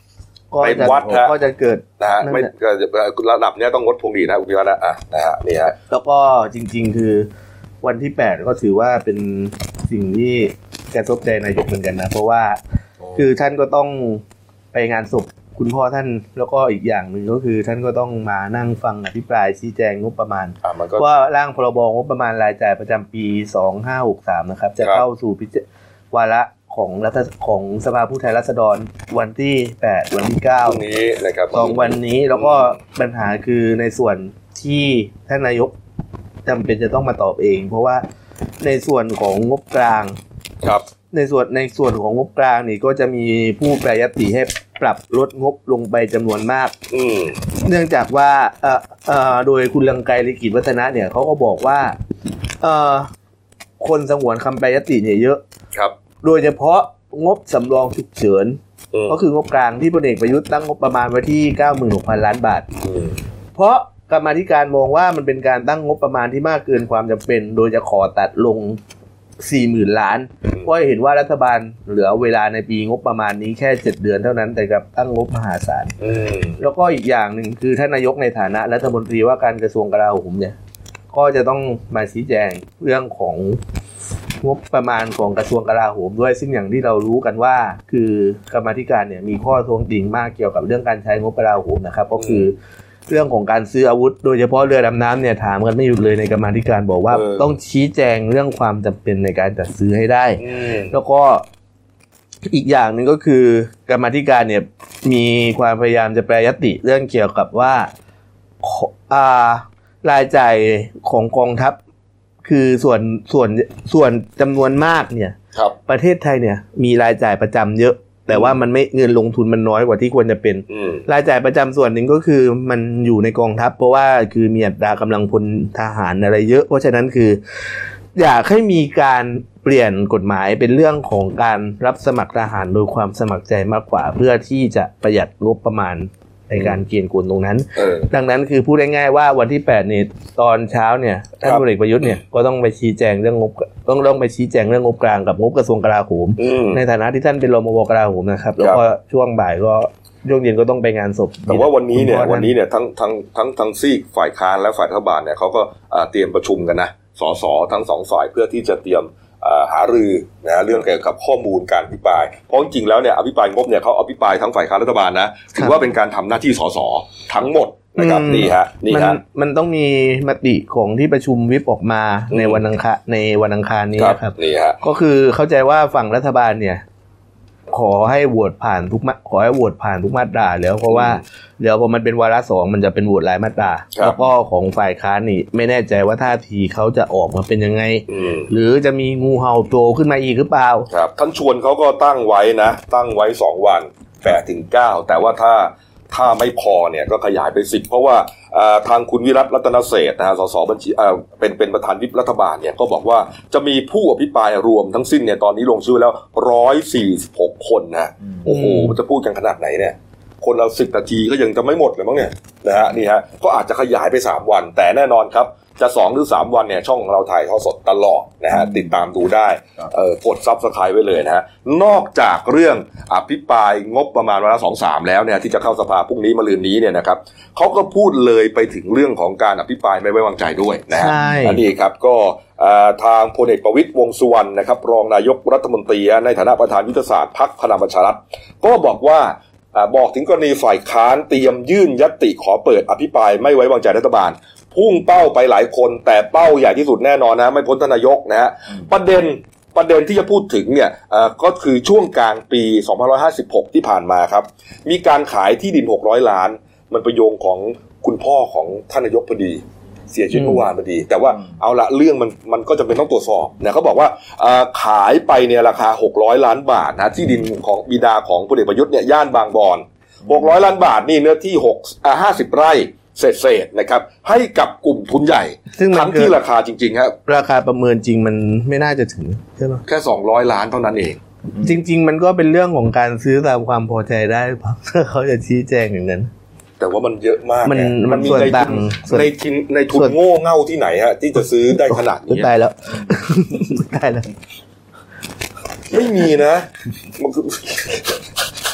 ก็จะก็จะเกิดนะฮะไม่ระดับนี้ต้องงดพวงหรีดนะคุณพิวัฒน์นะอ่ะนะฮะนี่ฮะแล้วก็จริงๆคือวันที่แปดก็ถือว่าเป็นสิ่งที่กระทบใจนายกเหมือนกันนะเพราะว่าคือท่านก็ต้องไปงานศพคุณพ่อท่านแล้วก็อีกอย่างหนึ่งก็คือท่านก็ต้องมานั่งฟังอภิปรายชี้แจงงบประมาณว่าร่างพรบงบประมาณรายจ่ายประจำปีสองพันห้าร้อยหกสิบสามนะครับจะเข้าสู่พิจารณาวาระของรัฐของสภาผู้แทนราษฎรวันที่แปดวันที่เก้านี้นะครับสองวันนี้แล้วก็ปัญหาคือในส่วนที่ท่านนายกจำเป็นจะต้องมาตอบเองเพราะว่าในส่วนของงบกลางครับในส่วนในส่วนของงบกลางนี่ก็จะมีผู้แปรยติให้ปรับลดงบลงไปจำนวนมากเนื่องจากว่าเอ่อเอ่อโดยคุณเรืองไกรลิขิตวัฒนะเนี่ยเขาก็บอกว่าเอ่อคนสงวนคำแปรยติเนี่ยเยอะครับโดยเฉพาะงบสำรองฉุกเฉินก็คืองบกลางที่พลเอกประยุทธ์ตั้งงบประมาณไว้ที่ เก้าหมื่นหกพัน ล้านบาทเพราะกรรมาธิการมองว่ามันเป็นการตั้งงบประมาณที่มากเกินความจำเป็นโดยจะขอตัดลง สี่หมื่น ล้านเพราะเห็นว่ารัฐบาลเหลือเวลาในปีงบประมาณนี้แค่เจ็ดเดือนเท่านั้นแต่กับตั้งงบมหาศาลแล้วก็อีกอย่างหนึ่งคือท่านนายกในฐานะรัฐมนตรีว่าการกระทรวงกลาโหมเนี่ยก็จะต้องมาชี้แจงเรื่องของงบประมาณของกระทรวงกลาโหมด้วยซึ่งอย่างที่เรารู้กันว่าคือกรรมาธิการเนี่ยมีข้อท้วงติงมากเกี่ยวกับเรื่องการใช้งบกลาโหมนะครับก็คือเรื่องของการซื้ออาวุธโดยเฉพาะเรือดำน้ำเนี่ยถามกันไม่หยุดเลยในกรรมาธิการบอกว่าต้องชี้แจงเรื่องความจำเป็นในการจัดซื้อให้ได้แล้วก็อีกอย่างหนึ่งก็คือกรรมาธิการเนี่ยมีความพยายามจะแปรยติเรื่องเกี่ยวกับว่าอ่ารายจ่ายของกองทัพคือส่วนส่วนส่วนจำนวนมากเนี่ยประเทศไทยเนี่ยมีรายจ่ายประจำเยอะแต่ว่ามันไม่เงินลงทุนมันน้อยกว่าที่ควรจะเป็นรายจ่ายประจำส่วนหนึ่งก็คือมันอยู่ในกองทัพเพราะว่าคือมีอัตรากำลังพลทหารอะไรเยอะเพราะฉะนั้นคืออยากให้มีการเปลี่ยนกฎหมายเป็นเรื่องของการรับสมัครทหารโดยความสมัครใจมากกว่าเพื่อที่จะประหยัดงบประมาณในการเกณฑ์คนตรงนั้นดังนั้นคือพูดง่ายๆว่าวันที่แปดนี่ตอนเช้าเนี่ยท่านพลเอกประยุทธ์เนี่ยก็ต้องไปชี้แจงเรื่องงบต้องต้องไปชี้แจงเรื่องงบกลางกับงบกระทรวงกลาโหมในฐานะที่ท่านเป็นรมวกลาโหมนะครับแล้วก็ช่วงบ่ายก็ช่วงเย็นก็ต้องไปงานศพแต่ว่าวันนี้เนี่ยวันนี้เนี่ยทั้งทั้งทั้งทั้งซีกฝ่ายค้านและฝ่ายรัฐบาลเนี่ยเขาก็เตรียมประชุมกันนะสสทั้งสองฝ่ายเพื่อที่จะเตรียมหารือนะเรื่องเกี่ยวกับข้อมูลการอภิปรายเพราะจริงๆแล้วเนี่ยอภิปรายงบเนี่ยเขาอภิปรายทั้งฝ่ายค้านรัฐบาลนะถือว่าเป็นการทำหน้าที่สสทั้งหมดนะครับนี่ฮะนี่ฮะมันต้องมีมติของที่ประชุมวิปออกมาในวันอังคารในวันอังคารนี้ครับนี่ฮะก็คือเข้าใจว่าฝั่งรัฐบาลเนี่ยขอให้โหวตผ่านทุกมาขอให้โหวตผ่านทุกมาตราแล้วเพราะว่าเดี๋ยวพอมันเป็นวาระสองมันจะเป็นโหวตรายมาตราแล้วก็ของฝ่ายค้านนี่ไม่แน่ใจว่าท่าทีเขาจะออกมาเป็นยังไงหรือจะมีงูเห่าโตขึ้นมาอีกหรือเปล่าครับท่านชวนเขาก็ตั้งไว้นะตั้งไว้สองวันแปดถึงเก้าแต่ว่าถ้าถ้าไม่พอเนี่ยก็ขยายไปสิบเพราะว่าทางคุณวิรัตรัตนเศรษฐ์นะฮะสสบัญชีเป็นเป็นประธานวิปรัฐบาลเนี่ยก็บอกว่าจะมีผู้อภิปรายรวมทั้งสิ้นเนี่ยตอนนี้ลงชื่อแล้วหนึ่งร้อยสี่สิบหกคนนะโอ้โหจะพูดกันขนาดไหนเนี่ยคนละสิบนาทีก็ยังจะไม่หมดเลยมั้งเนี่ยนะฮะนี่ฮะก็อาจจะขยายไปสามวันแต่แน่นอนครับจะสองหรือสามวันเนี่ยช่องของเราถ่ายทอดสดตลอดนะฮะติดตามดูได้เอ่อกด Subscribe ไว้เลยนะฮะนอกจากเรื่องอภิปรายงบประมาณวันละ สอง สามแล้วเนี่ยที่จะเข้าสภาพรุ่งนี้มะรืนนี้เนี่ยนะครับเขาก็พูดเลยไปถึงเรื่องของการอภิปรายไม่ไว้วางใจด้วยนะฮะอันนี้ครับก็ทางพลเอกประวิตรวงษ์สุวรรณนะครับรองนายกรัฐมนตรีในฐานะประธานยุทธศาสตร์พรรคพลังประชารัฐก็บอกว่าบอกถึงกรณีฝ่ายค้านเตรียมยื่นญัตติขอเปิดอภิปรายไม่ไว้วางใจรัฐบาลพุ่งเป้าไปหลายคนแต่เป้าใหญ่ที่สุดแน่นอนนะไม่พ้นท่านนายกนะฮะประเด็นประเด็นที่จะพูดถึงเนี่ยก็คือช่วงกลางปีสองพันห้าร้อยห้าสิบหกที่ผ่านมาครับมีการขายที่ดินหกร้อยล้านมันประโยงของคุณพ่อของท่านนายกพอดีเสียชีวิตเมื่อวานพอดีแต่ว่าเอาละเรื่องมันมันก็จำเป็นต้องตรวจสอบนะเขาบอกว่าขายไปเนี่ยราคาหกร้อยล้านบาทนะที่ดินของบิดาของพลเอกประยุทธ์เนี่ยย่านบางบอนหกร้อยล้านบาทนี่เนื้อที่หกอ่าห้าสิบไร่เศษๆนะครับให้กับกลุ่มทุนใหญ่ทั้งที่ราคาจริงๆครับราคาประเมินจริงมันไม่น่าจะถึงใช่ไหมแค่สองร้อยล้านเท่านั้นเองจริงๆมันก็เป็นเรื่องของการซื้อตามความพอใจได้ป่ะถ้าเขาจะชี้แจงอย่างนั้นแต่ว่ามันเยอะมากมันมันมีในทุนในทุนในทุนโง่เง่าที่ไหนฮะที่จะซื้อได้ขนาดนี้ตายแล้วตายแล้วไม่มีนะ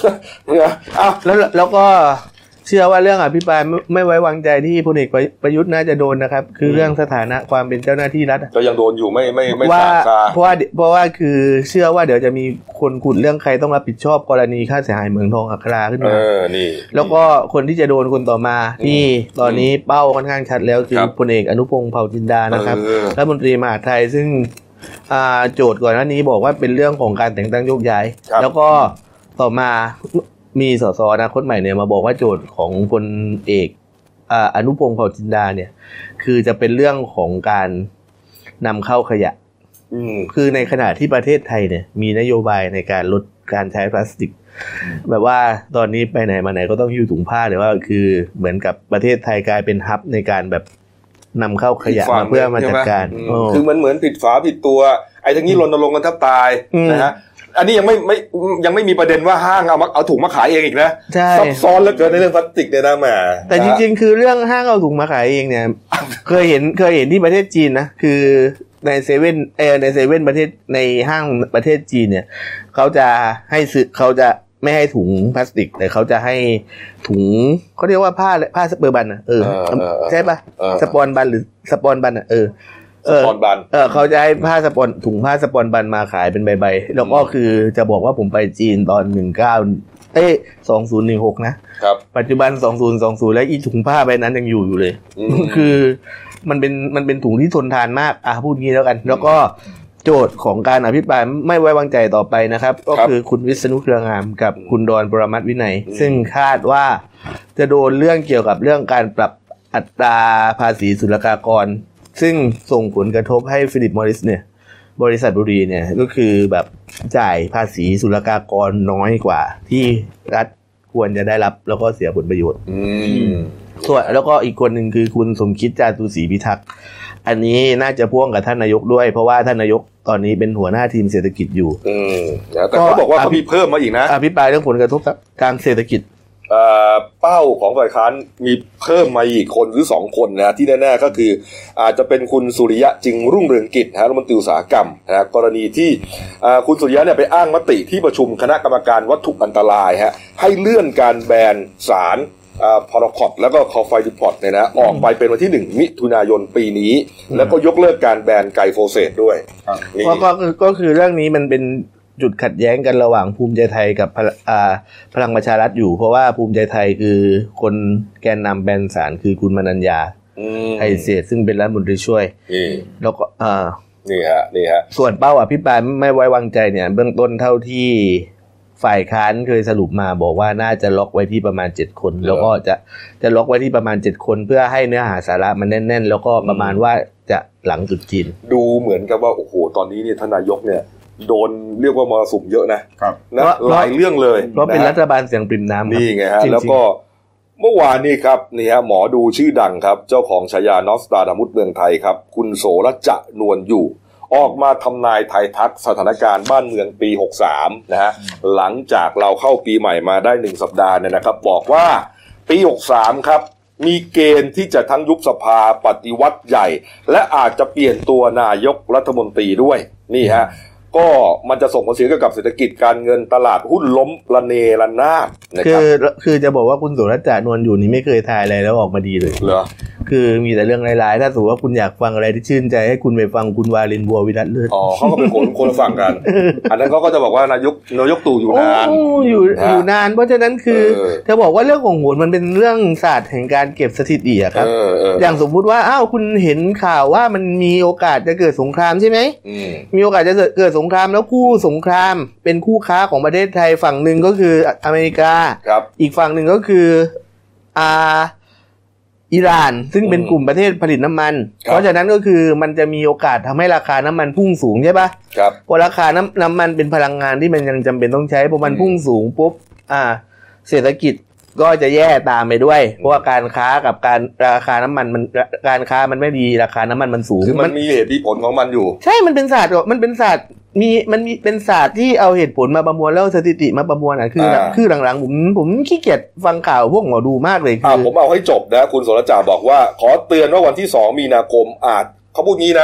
อ้าวแล้วแล้วก็เชื่อว่าเรื่องอภิปรายไม่ไว้วางใจที่พลเอกประยุทธ์น่าจะโดนนะครับคือเรื่องสถานะความเป็นเจ้าหน้าที่รัฐก็ยังโดนอยู่ไม่ไม่ไม่ว่าเพราะว่าเพราะว่าคือเชื่อว่าเดี๋ยวจะมีคนขุดเรื่องใครต้องรับผิดชอบกรณีค่าเสียหายเหมืองทองอัคราขึ้นมาเออนี่แล้วก็คนที่จะโดนคนต่อมาที่ตอนนี้เป้าค่อนข้างชัดแล้วคือพลเอกอนุพงษ์เผ่าจินดานะครับรัฐมนตรีมหาดไทยซึ่งโจทย์ก่อนหน้านี้บอกว่าเป็นเรื่องของการแต่งตั้งโยกย้ายแล้วก็ต่อมามีสสอนาคตใหม่เนี่ยมาบอกว่าโจทย์ของพลเอกอนุพงษ์เผ่าจินดาเนี่ยคือจะเป็นเรื่องของการนำเข้าขยะคือในขณะที่ประเทศไทยเนี่ยมีนโยบายในการลดการใช้พลาสติกแบบว่าตอนนี้ไปไหนมาไหนก็ต้องหิ้วถุงผ้าหรือว่าคือเหมือนกับประเทศไทยกลายเป็นฮับในการแบบนำเข้าขยะมาเพื่อมาจัดการคือมันเหมือนผิดฝาผิดตัวไอ้ทั้งนี้รณรงค์กันแทบตายนะฮะอันนี้ยังไม่ไม่ยังไม่มีประเด็นว่าห้างเอามาเอาถุงมาขายเองอีกนะซับซ้อนเหลือเกินในเรื่องพลาสติกเนี่ยนะแหมแต่จริงๆคือเรื่องห้างเอาถุงมาขายเองเนี่ยเคยเห็นเคยเห็นที่ประเทศจีนนะคือในเซเว่นเออในเซเว่นประเทศในห้างประเทศจีนเนี่ยเขาจะให้ซื้อเขาจะไม่ให้ถุงพลาสติกแต่เขาจะให้ถุงเขาเรียกว่าผ้าผ้าสเปอร์บันอ่ะเออใช่ป่ะสปอนบันหรือสปอนบันอ่ะเออเออเออเขาจะให้ผ้าสปอนถุงผ้าสปอนบันมาขายเป็นใบๆแล้วก็คือจะบอกว่าผมไปจีนตอนหนึ่งเก้าเอ้ยสองศูนย์หนึ่งหกนะครับปัจจุบันสองศูนย์สองศูนย์แล้วอีถุงผ้าใบนั้นยังอยู่อยู่เลยคือมันเป็นมันเป็นถุงที่ทนทานมากอ่ะพูดงี้แล้วกันแล้วก็โจทย์ของการอภิปรายไม่ไว้วางใจต่อไปนะครับก็คือคุณวิษณุเครืองามกับคุณดอนปรมัตถ์วินัยซึ่งคาดว่าจะโดนเรื่องเกี่ยวกับเรื่องการปรับอัตราภาษีศุลกากรซึ่งส่งผลกระทบให้ฟิลิปมอริสเนี่ยบริษัทบุรีเนี่ยก็คือแบบจ่ายภาษีศุลกากรน้อยกว่าที่รัฐควรจะได้รับแล้วก็เสียผลประโยชน์ส่วนแล้วก็อีกคนหนึ่งคือคุณสมคิดจาตุศรีพิทักษ์อันนี้น่าจะพ่วงกับท่านนายกด้วยเพราะว่าท่านนายกตอนนี้เป็นหัวหน้าทีมเศรษฐกิจอยู่อืมแต่เขาบอกว่าเขามีเพิ่มมาอีกนะอภิปรายเรื่องผลกระทบทางเศรษฐกิจเป้าของฝ่ายค้านมีเพิ่มมาอีกคนหรือสองคนนะที่แน่ๆก็คืออาจจะเป็นคุณสุริยะจึงรุ่งเรืองกิจนะรัฐมนตรีอุตสาหกรรมนะกรณีที่คุณสุริยะเนี่ยไปอ้างมติที่ประชุมคณะกรรมการวัตถุอันตรายฮะให้เลื่อนการแบนสารพาราคอตแล้วก็คอไฟดิพอตเนี่ยนะออกไปเป็นวันที่หนึ่งมิถุนายนปีนี้แล้วก็ยกเลิกการแบนไกลโฟเสตด้วยก็ก็คือเรื่องนี้มันเป็นจุดขัดแย้งกันระหว่างภูมิใจไทยกับพลังประชารัฐอยู่เพราะว่าภูมิใจไทยคือคนแกนนำแบนสารคือคุณมนัญญาไทยเศรษฐ์ซึ่งเป็นรัฐมนตรีช่วยแล้วก็อ่านี่ฮะนี่ฮะส่วนเป้าอภิปรายไม่ไว้วางใจเนี่ยเบื้องต้นเท่าที่ฝ่ายค้านเคยสรุปมาบอกว่าน่าจะล็อกไว้ที่ประมาณเจ็ดคนแล้วก็จะจะล็อกไว้ที่ประมาณเจ็ดคนเพื่อให้เนื้อหาสาระมันแน่นๆแล้วก็ประมาณว่าจะหลังจุดจีนดูเหมือนกับว่าโอ้โหตอนนี้เนี่ยท่านนายกเนี่ยโดนเรียกว่ามรสุมเยอะนะครับนะหลายเรื่องเลยเพราะเป็นรัฐบาลเสียงปริ่มน้ำนี่ไงฮะแล้วก็เมื่อวานนี้ครับนี่ฮะหมอดูชื่อดังครับเจ้าของฉายานอสตราดามุสเมืองไทยครับคุณโสรัจะนวลอยู่ออกมาทำนายทายทักสถานการณ์บ้านเมืองปีหกสามนะฮะหลังจากเราเข้าปีใหม่มาได้หนึ่งสัปดาห์เนี่ยนะครับบอกว่าปีหกสามครับมีเกณฑ์ที่จะทั้งยุบสภาปฏิวัติใหญ่และอาจจะเปลี่ยนตัวนายกรัฐมนตรีด้วยนี่ฮะก็มันจะส่งผลเสียกับเศรษฐกิจการเงินตลาดหุ้นล้มระเนระนาดนะครับคือคือจะบอกว่าคุณสุรัตน์จานวลอยู่นี่ไม่เคยทายอะไรแล้วออกมาดีเลยเหรอคือมีแต่เรื่องร้ายๆถ้าสมมติว่าคุณอยากฟังอะไรที่ชื่นใจให้คุณไปฟังคุณวารินบัววิรัตเลิศอ๋อเขาก็เป็นคนคนละฝั่งกันอันนั้นเขาก็จะบอกว่านายกนายกตู่อยู่นานอยู่อยู่นานเพราะฉะนั้นคือจะบอกว่าเรื่องของโหนมันเป็นเรื่องศาสตร์แห่งการเก็บสถิติอะครับอย่างสมมุติว่าอ้าวคุณเห็นข่าวว่ามันมีโอกาสจะเกิดสงครามใช่ไหมมีโอกาสจะเกิดสงครามแล้วคู่สงครามเป็นคู่ค้าของประเทศไทยฝั่งหนึ่งก็คืออเมริกาอีกฝั่งหนึ่งก็คืออ่าอิหร่านซึ่งเป็นกลุ่มประเทศผลิตน้ำมันเพราะฉะนั้นก็คือมันจะมีโอกาสทำให้ราคาน้ำมันพุ่งสูงใช่ปะครับพอราคาน้ำน้ำมันเป็นพลังงานที่มันยังจำเป็นต้องใช้พอมันพุ่งสูงปุ๊บอ่าเศรษฐกิจก็จะแย่ตามไปด้วยเพราะว่าการค้ากับการราคาน้ำมันมันการค้ามันไม่ดีราคาน้ำมันมันสูงคือมันมีเหตุผลของมันอยู่ใช่มันเป็นศาสตร์มันเป็นศาสตร์มีมันมีเป็นศาสตร์ที่เอาเหตุผลมาประมวลแล้วสถิติมาประมวลอ่ะคือคือหลังๆผมผมขี้เกียจฟังข่าวพวกหมอดูมากเลยคือผมเอาให้จบนะคุณโสรจาบอกว่าขอเตือนว่าวันที่สองมีนาคมอาจเขาพูดงี้นะ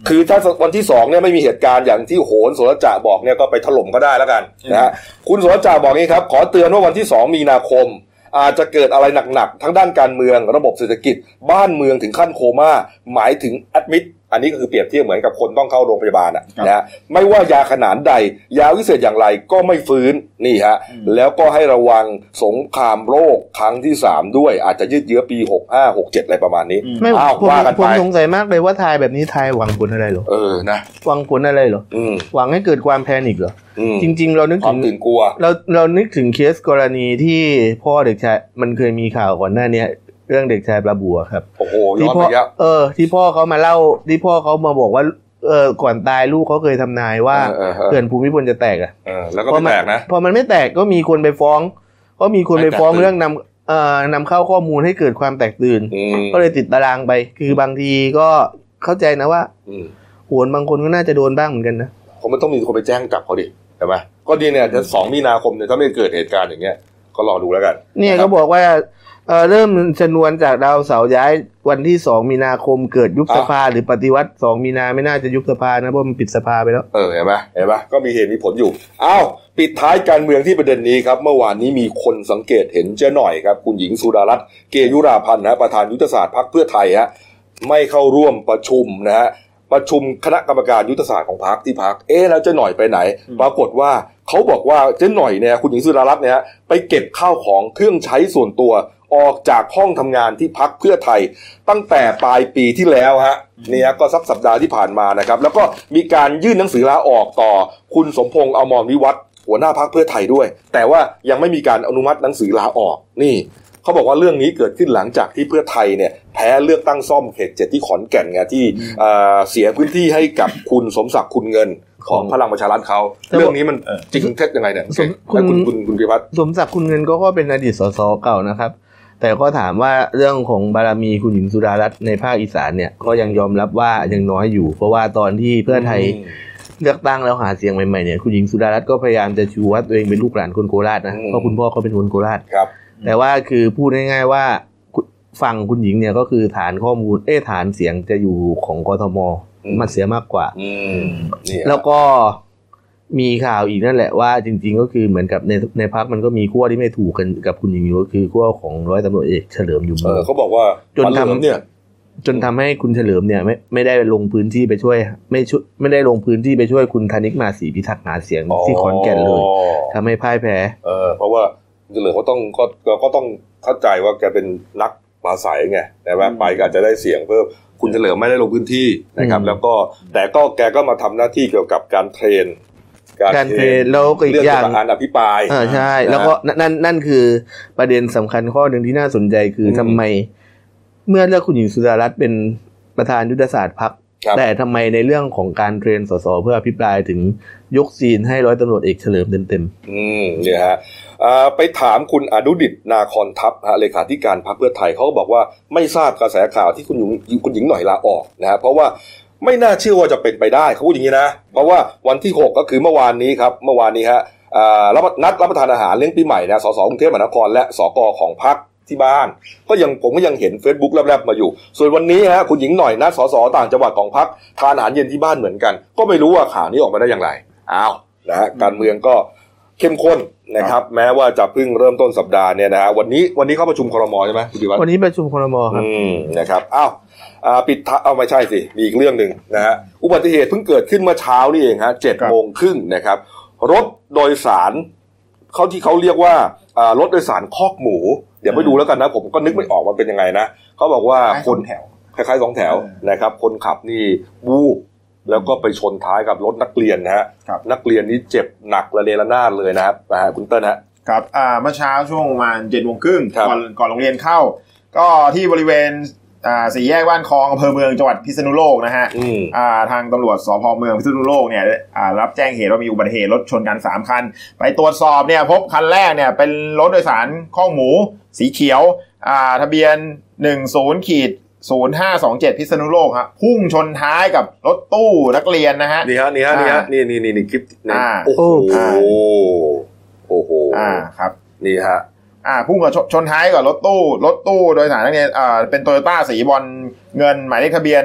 คือถ้าวันที่สองเนี่ยไม่มีเหตุการณ์อย่างที่โหนโสรจาบอกเนี่ยก็ไปถล่มก็ได้แล้วกันนะฮะคุณโสรจาบอกงี้ครับขอเตือนว่าวันที่สองมีนาคมอาจจะเกิดอะไรหนักๆทั้งด้านการเมืองระบบเศรษฐกิจบ้านเมืองถึงขั้นโคม่าหมายถึงแอดมิดอันนี้ก็คือเปรียบเทียบเหมือนกับคนต้องเข้าโรงพยาบาลนะนะไม่ว่ายาขนาดใดยาวิเศษอย่างไรก็ไม่ฟื้นนี่ฮะแล้วก็ให้ระวังสงครามโรคครั้งที่สามด้วยอาจจะยืดเยื้อปีหกห้า หกเจ็ดอะไรประมาณนี้ไม่ว่ากันไปผมสงสัยมากเลยว่าทายแบบนี้ทายหวังผลอะไรหรอเออนะหวังผลอะไรหรอหวังให้เกิดความแพนิคเหรอจริงๆเรานึกถึงตื่นกลัวเราเรานึกถึงเคสกรณีที่พ่อเด็กชายมันเคยมีข่าวก่อนหน้านี้เรื่องเด็กชายปลาบัวครับโอ้โหที่พ่อเออที่พ่อเขามาเล่าที่พ่อเขามาบอกว่าเออก่อนตายลูกเขาเคยทำนายว่าเขื่อนภูมิพลจะแตกอ่ะเออแล้วก็ไม่แตกนะพอมันไม่แตกก็มีคนไปฟ้องก็มีคนไปฟ้องเรื่องนำเอ่อนำเข้าข้อมูลให้เกิดความแตกตื่นก็เลยติดตารางไปคือบางทีก็เข้าใจนะว่าโหนบางคนก็น่าจะโดนบ้างเหมือนกันนะเขาไม่ต้องมีคนไปแจ้งจับเขาดิใช่ไหมก็ดีเนี่ยจะสองมีนาคมเนี่ยถ้าไม่เกิดเหตุการณ์อย่างเงี้ยก็รอดูแล้วกันเนี่ยเขาบอกว่าเอ่อเริ่มชนวนจากดาวเสาร์ย้ายวันที่สองมีนาคมเกิดยุบสภาหรือปฏิวัติสองมีนาไม่น่าจะยุบสภานะเพราะมันปิดสภาไปแล้วเออเห็นไหมเห็นไหมก็มีเหตุมีผลอยู่อ้าวปิดท้ายการเมืองที่ประเด็นนี้ครับเมื่อวานนี้มีคนสังเกตเห็นเจ๊หน่อยครับคุณหญิงสุดารัตน์เกยุราพันธ์นะประธานยุทธศาสตร์พรรคเพื่อไทยฮะไม่เข้าร่วมประชุมนะฮะประชุมคณะกรรมการยุทธศาสตร์ของพรรคที่พรรคเอ๊ะแล้วเจ๊หน่อยไปไหนปรากฏว่าเขาบอกว่าเจ๊หน่อยเนี่ยคุณหญิงสุดารัตน์เนี่ยไปเก็บข้าวของเครื่องใช้ส่วนตัวออกจากห้องทำงานที่พรรคเพื่อไทยตั้งแต่ปลายปีที่แล้วฮะเนี่ยก็สักสัปดาห์ที่ผ่านมานะครับแล้วก็มีการยื่นหนังสือลาออกต่อคุณสมพงษ์อมรวิวัฒน์หัวหน้าพรรคเพื่อไทยด้วยแต่ว่ายังไม่มีการอนุมัติหนังสือลาออกนี่เขาบอกว่าเรื่องนี้เกิดขึ้นหลังจากที่เพื่อไทยเนี่ยแพ้เลือกตั้งซ่อมเขตเจ็ดที่ขอนแก่นไงที่เสียพื้นที่ให้กับคุณสมศักดิ์คุณเงินของพลังประชารัฐเขาเรื่องนี้มันจริงเท็จยังไงเนี่ยคุณคุณคุณพิพัฒน์สมศักดิ์คุณเงินก็ก็เป็นอดีตสสเก่านะครับแต่ก็ถามว่าเรื่องของบารมีคุณหญิงสุดารัตน์ในภาคอีสานเนี่ยก็ยังยอมรับว่ายังน้อยอยู่เพราะว่าตอนที่เพื่อไทยเลือกตั้งแล้วหาเสียงใหม่ๆเนี่ยคุณหญิงสุดารัตน์ก็พยายามจะชูว่าตัวเองเป็นลูกหลานคนโคราชนะเพราะคุณพ่อเขาเป็นคนโคราชครับแต่ว่าคือพูดง่ายๆว่าฝั่งคุณหญิงเนี่ยก็คือฐานข้อมูลเอ๊ะฐานเสียงจะอยู่ของกทมมันเสียมากกว่าแล้วก็มีข่าวอีกนั่นแหละว่าจริงๆก็คือเหมือนกับในในพรรคมันก็มีขั้วที่ไม่ถูกกันกับคุณหญิงอยู่ก็คือขั้วของร้อยตำรวจเอกเฉลิมอยู่เออเขาบอกว่าจนทำเนี่ยจนทำให้คุณเฉลิมเนี่ยไม่ไม่ได้ลงพื้นที่ไปช่วยไม่ช่วยไม่ได้ลงพื้นที่ไปช่วยคุณธนิกมาศรีพิทักษ์หาเสียงที่ขอนแก่นเลยทำให้พ่ายแพ้เออเพราะว่าเฉลิมเขาต้องก็ก็ต้องเข้าใจว่าแกเป็นนักปราศัยไงแต่ว่าไปก็อาจจะได้เสียงเพิ่มคุณเฉลิมไม่ได้ลงพื้นที่นะครับแล้วก็แต่ก็แกก็มาทำหน้าที่เกี่ยวกับการเทรนการเทรนแล้วก็อีกอย่างการอภิปรายอ่าใช่แล้วก็นั่นนั่นคือประเด็นสำคัญข้อหนึ่งที่น่าสนใจคือทำไมเมื่อเลือกคุณหญิงสุดารัตน์เป็นประธานยุทธศาสตร์พรรคแต่ทำไมในเรื่องของการเทรนสสเพื่ออภิปรายถึงยกซีนให้ร้อยตำรวจเอกเฉลิมเต็มๆอืมเนี่ยฮะไปถามคุณอนุดิษฐ์นาคอนทัพฮะเลขาธิการพรรคเพื่อไทยเขาก็บอกว่าไม่ทราบกระแสข่าวที่คุณหญิงคุณหญิงหน่อยลาออกนะฮะเพราะว่าไม่น่าเชื่อว่าจะเป็นไปได้เขาพูดอย่างนี้นะเพราะว่าวันที่หกก็คือเมื่อวานนี้ครับเมื่อวานนี้ฮะรับนัดรับประทานอาหารเลี้ยงปีใหม่นะสสกรุงเทพมหานครและสกของพรรคที่บ้านก็ยังผมก็ยังเห็น Facebook แลบๆมาอยู่ส่วนวันนี้ฮะคุณหญิงหน่อยนัดสสต่างจังหวัดของพรรคทานอาหารเย็นที่บ้านเหมือนกันก็ไม่รู้ว่าข่าวนี้ออกมาได้อย่างไรอ้าวนะฮะการเมืองก็เข้มข้นนะครับแม้ว่าจะเพิ่งเริ่มต้นสัปดาห์เนี่ยนะฮะวันนี้วันนี้เข้าประชุมครม.ใช่ไหมคุณดิวัฒน์วันนี้ประชุมครม.ครับอืมนะครับอ้าวปิดเอาไม่ใช่สิมีอีกเรื่องนึงนะฮะอุบัติเหตุเพิ่งเกิดขึ้นเมื่อเช้านี่เองฮะ เจ็ดโมงครึ่งนะครับรถโดยสารเขาที่เขาเรียกว่ารถโดยสารคอกหมูเดี๋ยวไปดูแล้วกันนะผมก็นึกไม่ออกมันเป็นยังไงนะเขาบอกว่าคนแถวคล้ายๆสองแถวนะครับคนขับนี่วูบแล้วก็ไปชนท้ายกับรถนักเรียนนะฮะนักเรียนนี้เจ็บหนักระเนระนาดเลยนะครับนะฮะคุณเติ้ลฮะครับอ่าเมื่อเช้าช่วงประมาณเจ็ดโมงครึ่งก่อนก่อนโรงเรียนเข้าก็ที่บริเวณอ่าสี่แยกบ้านคลองอำเภอเมืองจังหวัดพิษณุโลกนะฮะอ่าทางตำรวจสภ.เมืองพิษณุโลกเนี่ยอ่ารับแจ้งเหตุว่ามีอุบัติเหตุรถชนกันสามคันไปตรวจสอบเนี่ยพบคันแรกเนี่ยเป็นรถโดยสารคอกหมูสีเขียวอ่าทะเบียนหนึ่ง ศูนย์ ศูนย์ ห้า สอง เจ็ดพิษณุโลกครับพุ่งชนท้ายกับรถตู้นักเรียนนะฮะนี่ฮะนี่ฮะนี่ฮะนี่นี่นี่นี่คลิปนี่โอ้โหโอ้โหอ่าครับนี่ฮะอ่าพุ่งกับชนท้ายกับรถตู้รถตู้โดยสารนักเรียนอ่าเป็น Toyota สีบอลเงินหมายเลขทะเบียน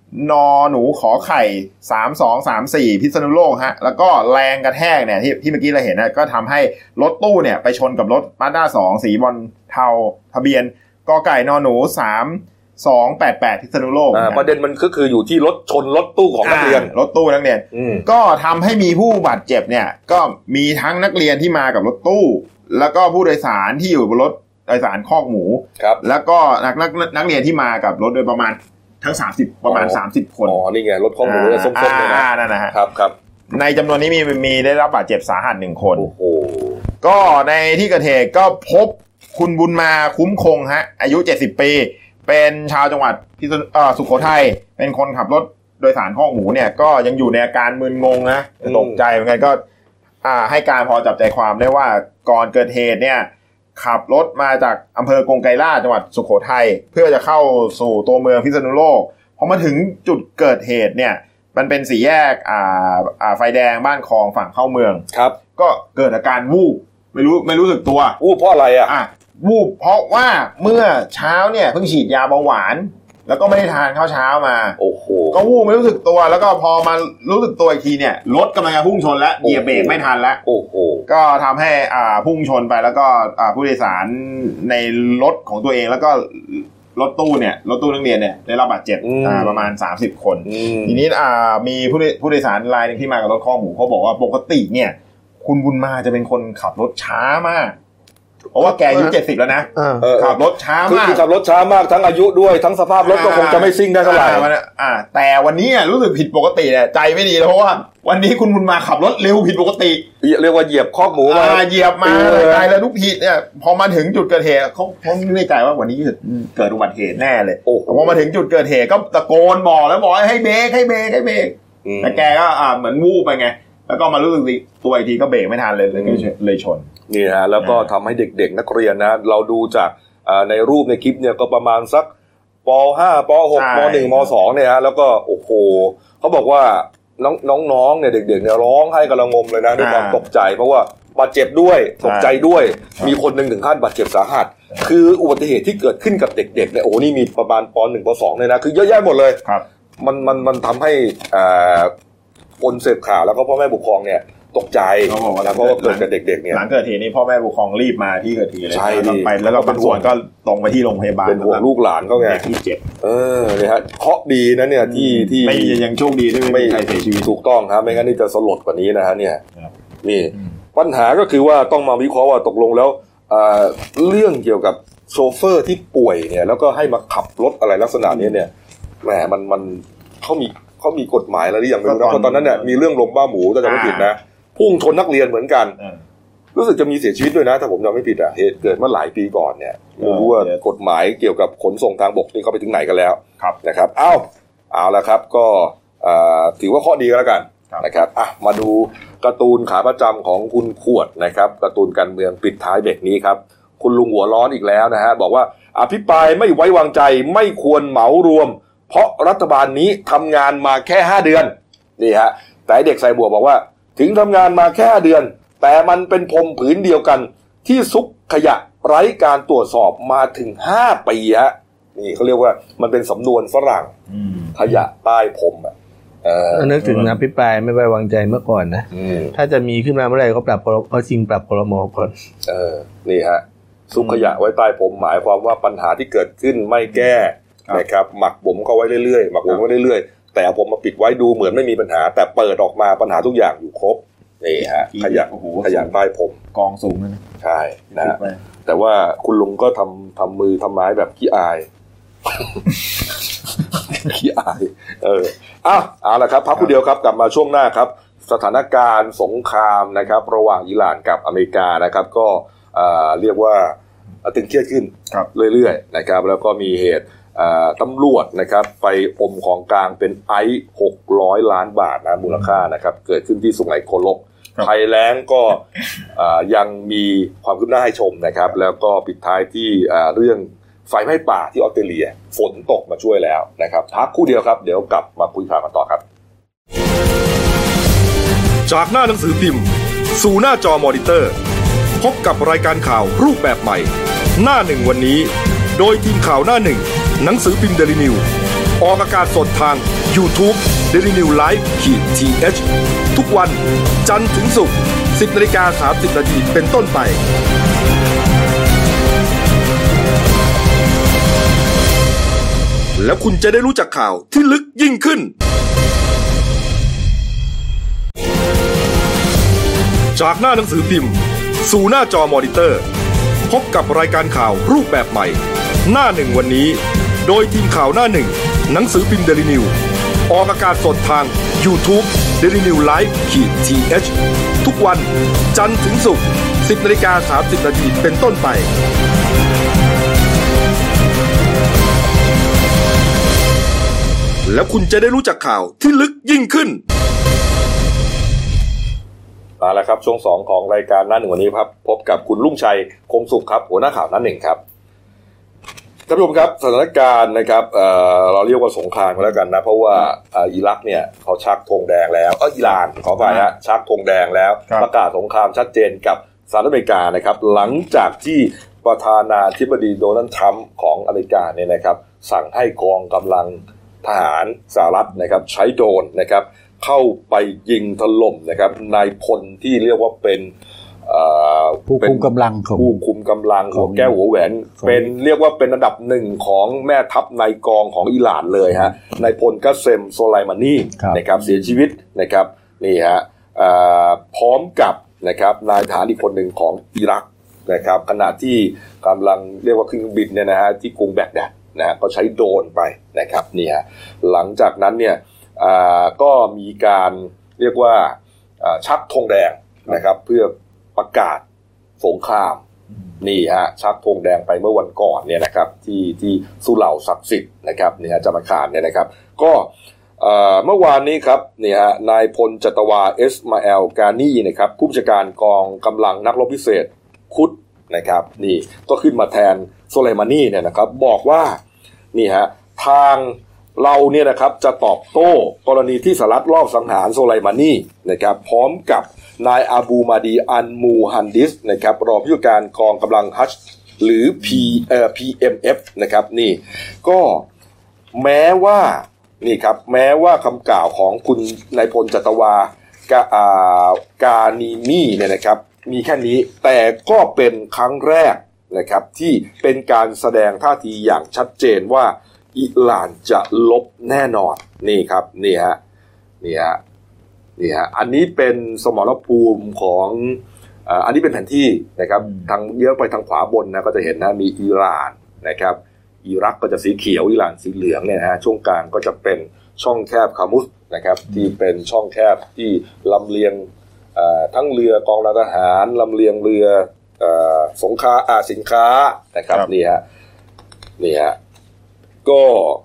นอหนูขอไข่สามสองสามสี่พิษณุโลกฮะแล้วก็แรงกระแทกเนี่ยที่ที่เมื่อกี้เราเห็นนะก็ทำให้รถตู้เนี่ยไปชนกับรถมาด้าสองสีบอลเทาทะเบียนกไก่นอหนูสามสองแปดแปดพิษณุโลกประเด็นมันก็คืออยู่ที่รถชนรถตู้ของนักเรียนรถตู้นักเรียนก็ทำให้มีผู้บาดเจ็บเนี่ยก็มีทั้งนักเรียนที่มากับรถตู้แล้วก็ผู้โดยสารที่อยู่บนรถโดยสารคอกหมูแล้วก็นักนักนักเรียนที่มากับรถโดยประมาณทั้งสามสิบประมาณสามสิบคนอ๋อนี่ไงรถคอกหมูส้มๆเลยนะนั่นนะฮะครับครับในจำนวนนี้มีมีได้รับบาดเจ็บสาหัสหนึ่งคนโอ้โหก็ในที่เกิดเหตุก็พบคุณบุญมาคุ้มคงฮะอายุเจ็ดสิบปีเป็นชาวจังหวัดพิษณุเอ่อสุโขทัยเป็นคนขับรถโดยสารคอกหมูเนี่ยก็ยังอยู่ในอาการมึนงงนะตกใจเหมือนกันก็อ่าให้การพอจับใจความได้ว่าก่อนเกิดเหตุเนี่ยขับรถมาจากอำเภอกงไกรลาษฎร์จังหวัดสุโขทัยเพื่อจะเข้าสู่ตัวเมืองพิษณุโลกพอมาถึงจุดเกิดเหตุเนี่ยมันเป็นสี่แยกอ่าอ่าไฟแดงบ้านคลองฝั่งเข้าเมืองครับก็เกิดอาการวูบไม่รู้ไม่รู้สึกตัววูบเพราะอะไรอ่ะอ่ะวูบเพราะว่าเมื่อเช้าเนี่ยเพิ่งฉีดยาเบาหวานแล้วก็ไม่ได้ทานข้าวเช้ามาโอ้โหก็วูบไม่รู้สึกตัวแล้วก็พอมารู้สึกตัวอีกทีเนี่ยรถกำลังจะพุ่งชนแล้วเหยียบเบรกไม่ทันแล้วโอ้โหก็ทำให้อ่าพุ่งชนไปแล้วก็อ่าผู้โดยสารในรถของตัวเองแล้วก็รถตู้เนี่ยรถตู้นักเรียนเนี่ยได้รับบาดเจ็บอ่าประมาณสามสิบคนทีนี้อ่ามีผู้ผู้โดยสารรายนึงที่มากับรถคอกหมูเขาบอกว่าปกติเนี่ยคุณบุญมาจะเป็นคนขับรถช้ามากเพราะว่าแกอายุเจ็ดสิบแล้วนะขับรถช้ามากคือขับรถช้ามากทั้งอายุด้วยทั้งสภาพรถก็คงจะไม่ซิ่งได้เท่าไหร่อ่าแต่วันนี้รู้สึกผิดปกติเนี่ยใจไม่ดีเลยเพราะว่าวันนี้คุณบุญมาขับรถเร็วผิดปกติเรียกว่าเหยียบคอกหมูมาเหยียบมาตายแล้วทุกทีเนี่ยพอมาถึงจุดเกิดเหตุเขาเขาไม่แน่ใจว่าวันนี้เกิดอุบัติเหตุแน่เลยพอมาถึงจุดเกิดเหตุก็ตะโกนบอกแล้วบอกให้เบรกให้เบรกให้เบรกแต่แกก็อ่าเหมือนวูบไปไงแล้วก็มารู้สึกตัวอีกทีก็เบรกไม่ทันเลยเลยชนนี่ฮะแล้วก็ทำให้เด็กๆนักเรียนนะเราดูจากในรูปในคลิปเนี่ยก็ประมาณสักป.ห้า ป.หก ม.หนึ่ง ม.สอง เนี่ยฮะแล้วก็โอ้โหเขาบอกว่าน้องน้องๆเนี่ยเด็กๆเนี่ยร้องไห้กระงมเลยนะด้วยความตกใจเพราะว่าบาดเจ็บด้วยตกใจด้วยมีคนนึงถึงขั้นบาดเจ็บสาหัสคืออุบัติเหตุที่เกิดขึ้นกับเด็กๆเนี่ยโอ้นี่มีประมาณป.หนึ่ง ป.สอง เนี่ยนะคือเยอะแยะหมดเลยมันมันมันทำให้คนเสพข่าวแล้วก็พ่อแม่ปกครองเนี่ยตกใจนะเพราะว่าเกิดกับเด็กๆเนี่ยหลังเกิดเหตุนี้พ่อแม่ผู้ปกครองรีบมาที่เกิดเหตุเลยไปแล้วก็บางส่วนก็ตรงไปที่โรงพยาบาลเป็นห่วงลูกหลานเขาไงที่เจ็บเออเนี่ยฮะเคราะห์ดีนะเนี่ยที่ที่ไม่ยังโชคดีที่ไม่มีใครเสียชีวิตถูกต้องครับไม่งั้นนี่จะสลดกว่านี้นะฮะเนี่ยนี่ปัญหาก็คือว่าต้องมาวิเคราะห์ว่าตกลงแล้วเรื่องเกี่ยวกับโชเฟอร์ที่ป่วยเนี่ยแล้วก็ให้มาขับรถอะไรลักษณะนี้เนี่ยแหมมันมันเขามีเขามีกฎหมายอะไรหรือยังไม่รู้นะเพราะตอนนั้นเนี่ยมีเรื่องลงบ้าหมูถ้าจำไม่ผิดนะพุ่งชนนักเรียนเหมือนกันรู้สึกจะมีเสียชีวิตด้วยนะถ้าผมจำไม่ผิดอ่ะเหตุเกิดเมื่อหลายปีก่อนเนี่ยไม่รู้ว่ากฎหมายเกี่ยวกับขนส่งทางบกนี่เขาไปถึงไหนกันแล้วนะครับเอ้าเอาละครับก็ถือว่าข้อดีก็แล้วกันนะครับอ่ะมาดูการ์ตูนขาประจำของคุณขวดนะครับการ์ตูนการเมืองปิดท้ายเบรกนี้ครับคุณลุงหัวร้อนอีกแล้วนะฮะบอกว่าอภิปรายไม่ไว้วางใจไม่ควรเหมารวมเพราะรัฐบาลนี้ทำงานมาแค่ห้าเดือนนี่ฮะแต่เด็กใส่บวกบอกว่าถึงทำงานมาแค่เดือนแต่มันเป็นพรมผืนเดียวกันที่ซุกขยะไร้การตรวจสอบมาถึงห้าปีฮะนี่เขาเรียกว่ามันเป็นสำนวนฝรั่งขยะใต้พรมอ่ะเออนึกถึงอภิปรายไม่ไว้วางใจเมื่อก่อนนะถ้าจะมีขึ้นมาเมื่อไหร่ก็ปรับเขาจริงปรับครม.ก่อนเออนี่ฮะซุกขยะไว้ใต้พรมหมายความว่าปัญหาที่เกิดขึ้นไม่แก้นะครับหมักบ่มเขาไว้เรื่อยๆหมักบ่มไว้เรื่อยๆแต่ผมมาปิดไว้ดูเหมือนไม่มีปัญหาแต่เปิดออกมาปัญหาทุกอย่างอยู่ครบนี่ฮะขยะขยะใต้ผมกองสูงนะใช่นะแต่ว่าคุณลุงก็ทำทำมือทำไม้แบบขี้อายขี้อายเอออ้าวเอาละครับพักผู้เดียวครับกลับมาช่วงหน้าครับสถานการณ์สงครามนะครับระหว่างอิหร่านกับอเมริกานะครับก็เรียกว่าตึงเครียดขึ้นเรื่อยๆนะครับแล้วก็มีเหตุตำรวจนะครับไปอมของกลางเป็นไอซ์หกร้อยล้านบาทนะมูลค่านะครับเกิดขึ้นที่สุไหงโกลกภัยแล้งก็ยังมีความคืบหน้าให้ชมนะครับแล้วก็ปิดท้ายที่เรื่องไฟไหม้ป่าที่ออสเตรเลียฝนตกมาช่วยแล้วนะครับพักคู่เดียวครับเดี๋ยวกลับมาคุยข่าวกันต่อครับจากหน้าหนังสือพิมพ์สู่หน้าจอมอนิเตอร์พบกับรายการข่าวรูปแบบใหม่หน้าหนึ่งวันนี้โดยทีมข่าวหน้าหนึ่งหนังสือพิมพ์ Daily News ออกอากาศสดทาง YouTube Daily New Life ทีเอช ทุกวันจันทร์ถึงศุกร์ สิบนาฬิกาสามสิบนาทีเป็นต้นไปแล้วคุณจะได้รู้จักข่าวที่ลึกยิ่งขึ้นจากหน้าหนังสือพิมพ์สู่หน้าจอมอนิเตอร์พบกับรายการข่าวรูปแบบใหม่หน้าหนึ่งวันนี้โดยทีมข่าวหน้าหนึ่งหนังสือพิมพ์ Daily News ออกอากาศสดทาง YouTube Daily New Life ทีเอช ทุกวันจันทร์ถึงศุกร์ สิบนาฬิกาสามสิบนาทีเป็นต้นไปแล้วคุณจะได้รู้จักข่าวที่ลึกยิ่งขึ้นมาแล้วครับช่วงสองของรายการหน้าหนึ่งวันนี้ครับพบกับคุณลุ่งชัยคงสุขครับหัวหน้าข่าวหน้าหนึ่งครับท่านผู้ชมครับสถานการณ์นะครับ เอ่อ เราเรียกว่าสงครามแล้วกันนะเพราะว่าอิรักเนี่ยเขาชักธงแดงแล้วเอออิหร่านขอไปฮะชักธงแดงแล้วประกาศสงครามชัดเจนกับสหรัฐอเมริกานะครับหลังจากที่ประธานาธิบดีโดนัลด์ทรัมป์ของอเมริกาเนี่ยนะครับสั่งให้กองกำลังทหารสหรัฐนะครับใช้โดรนนะครับเข้าไปยิงถล่มนะครับนายพลที่เรียกว่าเป็นผู้คุมกำลังของผู้คุมกำลังหัวแก้วหัวแหวนเป็นเรียกว่าเป็นอันดับหนึ่งของแม่ทัพนายกองของอิหร่านเลยฮะนายพลกัสเซมโซไลมานีนะครับเสียชีวิตนะครับนี่ฮะพร้อมกับนะครับนายทหารอีกคนหนึ่งของอิรักนะครับขณะที่กำลังเรียกว่าเครื่องบินเนี่ยนะฮะที่กรุงแบกแดดนะก็ใช้โดรนไปนะครับนี่ฮะหลังจากนั้นเนี่ยก็มีการเรียกว่าชักธงแดงนะครับเพื่อประกาศสงครามนี่ฮะชักธงแดงไปเมื่อวันก่อนเนี่ยนะครับที่ที่สุเหร่าศักดิ์สิทธิ์นะครับนี่ฮะจามคารเนี่ยนะครับก็เมื่อวานนี้ครับนี่ฮะนายพลจัตวาเอสมาเอลกานีนะครับผู้บัญชาการกองกำลังนักรบพิเศษคุดนะครับนี่ก็ขึ้นมาแทนโซไลมานีเนี่ยนะครับบอกว่านี่ฮะทางเราเนี่ยนะครับจะตอบโต้กรณีที่สหรัฐลอบสังหารโซไลมานีนะครับพร้อมกับนายอาบูมาดีอันมูฮันดิสนะครับรองผู้จัดการกองกำลังฮัชหรือ P เอ่อ พี เอ็ม เอฟ นะครับนี่ก็แม้ว่านี่ครับแม้ว่าคำกล่าวของคุณนายพลจัตวากาอ่ากานีมีเนี่ยนะครับมีแค่นี้แต่ก็เป็นครั้งแรกนะครับที่เป็นการแสดงท่าทีอย่างชัดเจนว่าอิหร่านจะลบแน่นอนนี่ครับนี่ฮะนี่ฮะนี่ฮะอันนี้เป็นสมรภูมิของอ่าอันนี้เป็นแผนที่นะครับทางเลี้ยวไปทางขวาบนนะก็จะเห็นนะมีอิหร่านนะครับอิรักก็จะสีเขียวอิหร่านสีเหลืองเนี่ยนะฮะช่วงกลางก็จะเป็นช่องแคบคามุสนะครับที่เป็นช่องแคบที่ลำเลียงอ่าทั้งเรือกองทหารลำเลียงเรืออ่าสงคราอ่าสินค้านะครับนี่ฮะนี่ฮะก็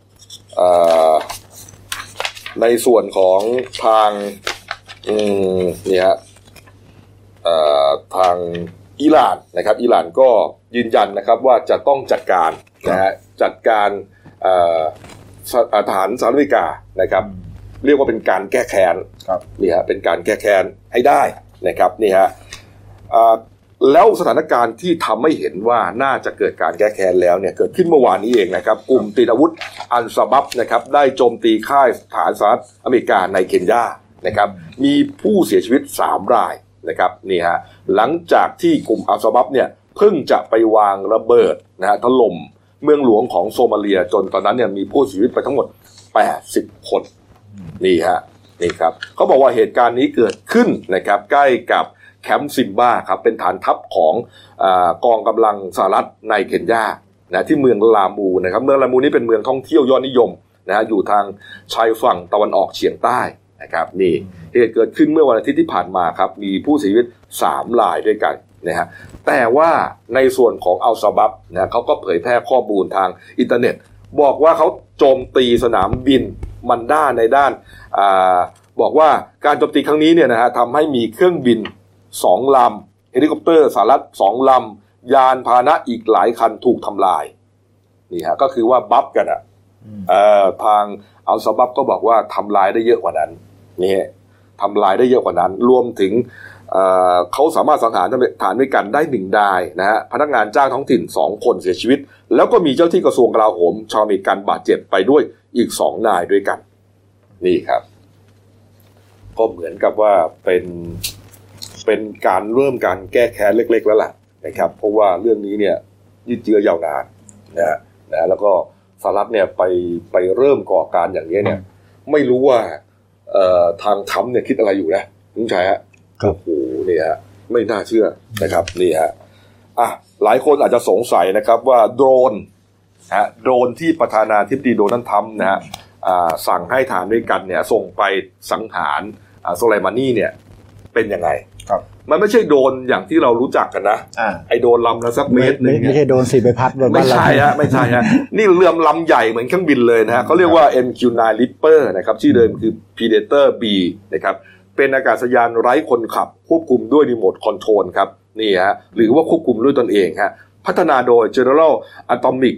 ในส่วนของทางนี่ฮะทางอิหร่านนะครับอิหร่านก็ยืนยันนะครับว่าจะต้องจัดการนะฮะจัดการทหารสหรัฐอเมริกานะครับเรียกว่าเป็นการแก้แค้นนี่ฮะเป็นการแก้แค้นให้ได้นะครับนี่ฮะแล้วสถานการณ์ที่ทำให้เห็นว่าน่าจะเกิดการแก้แค้นแล้วเนี่ยเกิดขึ้นเมื่อวานนี้เองนะครับกลุ่มติดอาวุธอัลซาบับนะครับได้โจมตีค่ายฐานสหรัฐอเมริกาในเคนยานะครับมีผู้เสียชีวิตสามรายนะครับนี่ฮะหลังจากที่กลุ่มอัลซาบับเนี่ยเพิ่งจะไปวางระเบิดนะฮะถล่มเมืองหลวงของโซมาเลียจนตอนนั้นเนี่ยมีผู้เสียชีวิตไปทั้งหมดแปดสิบคนนี่ฮะนี่ครับเขาบอกว่าเหตุการณ์นี้เกิดขึ้นนะครับใกล้กับแคมป์ซิมบ้าครับเป็นฐานทัพของอ่ากองกำลังสหรัฐในเคนยานะที่เมืองลามูนะครับเมืองลามูนี้เป็นเมืองท่องเที่ยวยอดนิยมนะฮะอยู่ทางชายฝั่งตะวันออกเฉียงใต้นะครับนี่เหตุเกิดขึ้นเมื่อวันอาทิตย์ที่ผ่านมาครับมีผู้เสียชีวิตสามรายด้วยกันนะฮะแต่ว่าในส่วนของอัลซาบับนะเขาก็เผยแพร่ข้อมูลทางอินเทอร์เน็ตบอกว่าเขาโจมตีสนามบินมันด้าในด้านอ่าบอกว่าการโจมตีครั้งนี้เนี่ยนะฮะทำให้มีเครื่องบินสองลำเฮลิคอปเตอร์สหรัฐสองลำยานพาหนะอีกหลายคันถูกทำลายนี่ฮะก็คือว่าบัฟกันอ่ะเอ่อทางอัลซาบับก็บอกว่าทำลายได้เยอะกว่านั้นนี่ทำลายได้เยอะกว่านั้นรวมถึงเอ่อเขาสามารถสังหารฐานด้วยกันได้หนึ่งนายนะฮะพนักงานจ้างท้องถิ่นสองคนเสียชีวิตแล้วก็มีเจ้าที่กระทรวงกลาโหมชาวอเมริกันบาดเจ็บไปด้วยอีกสองนายด้วยกันนี่ครับก็เหมือนกับว่าเป็นเป็นการเริ่มการแก้แค้นเล็กๆแล้วล่ะนะครับเพราะว่าเรื่องนี้เนี่ยยืดเยื้อยาวนานนะนะแล้วก็สหรัฐเนี่ยไปไปเริ่มก่อการอย่างนี้เนี่ยไม่รู้ว่าเอ่อทางทรัมป์เนี่ยคิดอะไรอยู่นะลุงชัยฮะโอ้โหนี่ฮะไม่น่าเชื่อนะครับนี่ฮะอ่ะหลายคนอาจจะสงสัยนะครับว่าโดรนฮะโดรนที่ประธานาธิบดีโดนัลด์ทรัมป์นะฮะอ่าสั่งให้ทหารด้วยกันเนี่ยส่งไปสังหารอ่าโซไลมานีเนี่ยเป็นยังไงครับมันไม่ใช่โดรนอย่างที่เรารู้จักกันนะไอโดรนลำละสักเมตรนึงไม่ใช่โดรนสีใบพัดแบบไม่ใช่ฮะไม่ใช่ฮะนี่เรือลำใหญ่เหมือนเครื่องบินเลยนะฮะเขาเรียกว่า เอ็ม คิว ไนน์ Reaper นะครับชื่อเดิมคือ Predator B นะครับเป็นอากาศยานไร้คนขับควบคุมด้วยรีโมทคอนโทรลครับนี่ฮะหรือว่าควบคุมด้วยตนเองฮะพัฒนาโดย General Atomic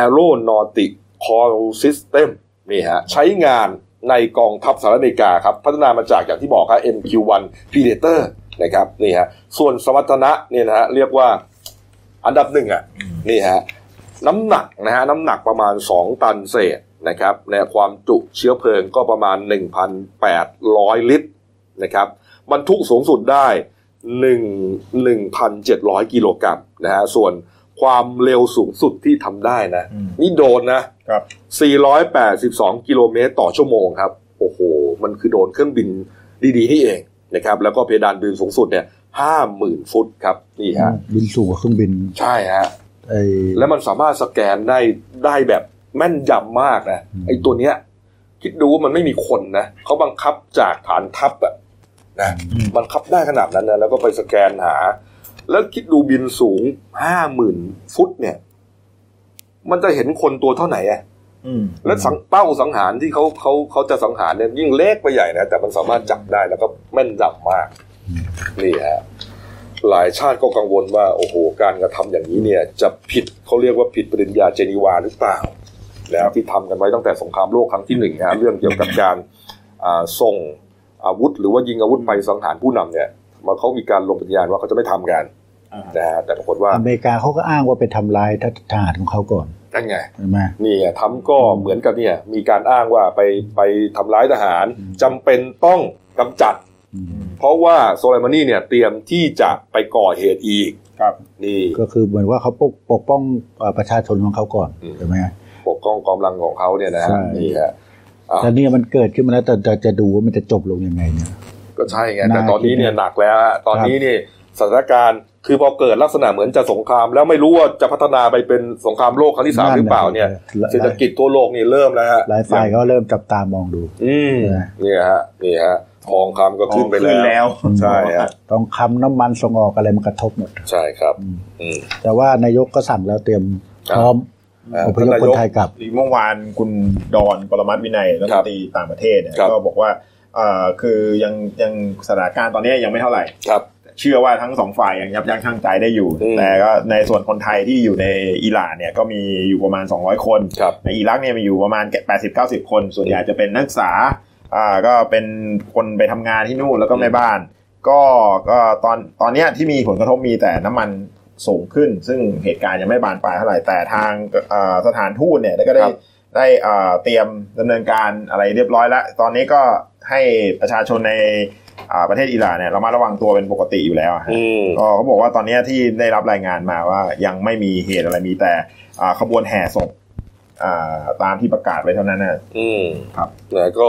Aeronautic System นี่ฮะใช้งานในกองทัพสหรัฐอเมริกาครับพัฒนามาจากอย่างที่บอกครับ เอ็ม คิว วัน Predator นะครับนี่ฮะส่วนสมรรถนะเนี่ยนะฮะเรียกว่าอันดับหนึ่งอ่ะนี่ฮะน้ำหนักนะฮะน้ำหนักประมาณสองตันเศษนะครับในความจุเชื้อเพลิงก็ประมาณ หนึ่งพันแปดร้อย ลิตรนะครับบรรทุกสูงสุดได้หนึ่ง หนึ่งพันเจ็ดร้อย กิโลกรัมนะฮะส่วนความเร็วสูงสุดที่ทำได้นะนี่โดนนะครับสี่ร้อยแปดสิบสองกิโลเมตรต่อชั่วโมงครับโอ้โหมันคือโดนเครื่องบินดีๆนี่เองนะครับแล้วก็เพดานบินสูงสุดเนี่ย ห้าหมื่น ฟุตครับนี่ฮะบินสูงกว่าเครื่องบินใช่ฮะไอ้แล้วมันสามารถสแกนได้ได้แบบแม่นยำมากนะไอ้ตัวเนี้ยคิดดูว่ามันไม่มีคนนะเขาบังคับจากฐานทัพอะนะบังคับได้ขนาดนั้นนะแล้วก็ไปสแกนหาแล้วคิดดูบินสูง ห้าหมื่น ฟุตเนี่ยมันจะเห็นคนตัวเท่าไหร่อ่ะแล้วสังเป้าสังหารที่เขาเขาเขาจะสังหารเนี่ยยิ่งเล็กไปใหญ่นะแต่มันสามารถจับได้แล้วก็แม่นยำมากนี่ฮะหลายชาติก็กังวลว่าโอ้โหการกระทำอย่างนี้เนี่ยจะผิดเขาเรียกว่าผิดปฏิญญาเจนีวาหรือเปล่าแล้วที่ทำกันไว้ตั้งแต่สงครามโลกครั้งที่หนึ่งนะเรื่องเกี่ยวกับการส่งอาวุธหรือว่ายิงอาวุธไปสังหารผู้นำเนี่ยมาเขามีการลงปฏิญาณว่าเขาจะไม่ทำกันนะฮะแต่ปรากฏว่าอเมริกาเขาก็อ้างว่าไปทำลายทหารของเขาก่อนนั่นไงนี่ทำก็เหมือนกับเนี่ยมีการอ้างว่าไปไปทำร้ายทหารจำเป็นต้องกำจัดเพราะว่าโซไลมานีเนี่ยเตรียมที่จะไปก่อเหตุอีกครับนี่ก็คือเหมือนว่าเขาปกปกป้องประชาชนของเขาก่อนใช่ไหมปกป้องกองกำลังของเขาเนี่ยนะนี่ฮะแต่นี่มันเกิดขึ้นมาแล้วแต่จะดูว่ามันจะจบลงยังไงเนี่ยก็ใช่ไงแต่ตอนนี้เนี่ยหนักแล้วตอนนี้นี่สถานการณ์คือพอเกิดลักษณะเหมือนจะสงครามแล้วไม่รู้ว่าจะพัฒนาไปเป็นสงครามโลกครั้งที่สามหรือเปล่าเนี่ยเศรษฐกิจทั่วโลกนี่เริ่มแล้วฮะหลายฝ่ายก็เริ่มจับตามองดูอืมนี่ฮะนี่ฮะทองคำก็ขึ้นไปแล้วใช่ฮะทองคำน้ำมันส่งออกอะไรมันกระทบหมดใช่ครับแต่ว่านายกก็สั่งแล้วเตรียมพร้อมอพยพคนไทยกลับเมื่อวานคุณดอนปรมัตถ์วินัยรัฐมนตรีต่างประเทศเนี่ยก็บอกว่าคือยังยังสถานการณ์ตอนนี้ยังไม่เท่าไหร่เชื่อว่าทั้งสองฝ่ายยังยับยั้งชั่งใจได้อยู่แต่ก็ในส่วนคนไทยที่อยู่ในอิหร่านเนี่ยก็มีอยู่ประมาณสองร้อยคนในอิรักเนี่ยมีอยู่ประมาณ แปดสิบถึงเก้าสิบ คนส่วนใหญ่จะเป็นนักศึกษาอ่าก็เป็นคนไปทำงานที่นู่นแล้วก็แม่บ้านก็ก็ตอนตอนนี้ที่มีผลกระทบมีแต่น้ำมันสูงขึ้นซึ่งเหตุการณ์ยังไม่บานปลายเท่าไหร่แต่ทางสถานทูตเนี่ยก็ได้ได้เตรียมดำเนินการอะไรเรียบร้อยแล้วตอนนี้ก็ให้ประชาชนในประเทศอิหร่านเนี่ยเรามาระวังตัวเป็นปกติอยู่แล้วก็เขาบอกว่าตอนนี้ที่ได้รับรายงานมาว่ายังไม่มีเหตุอะไรมีแต่ขบวนแห่ศพตามที่ประกาศไว้เท่านั้นนะอืมครับแล้วก็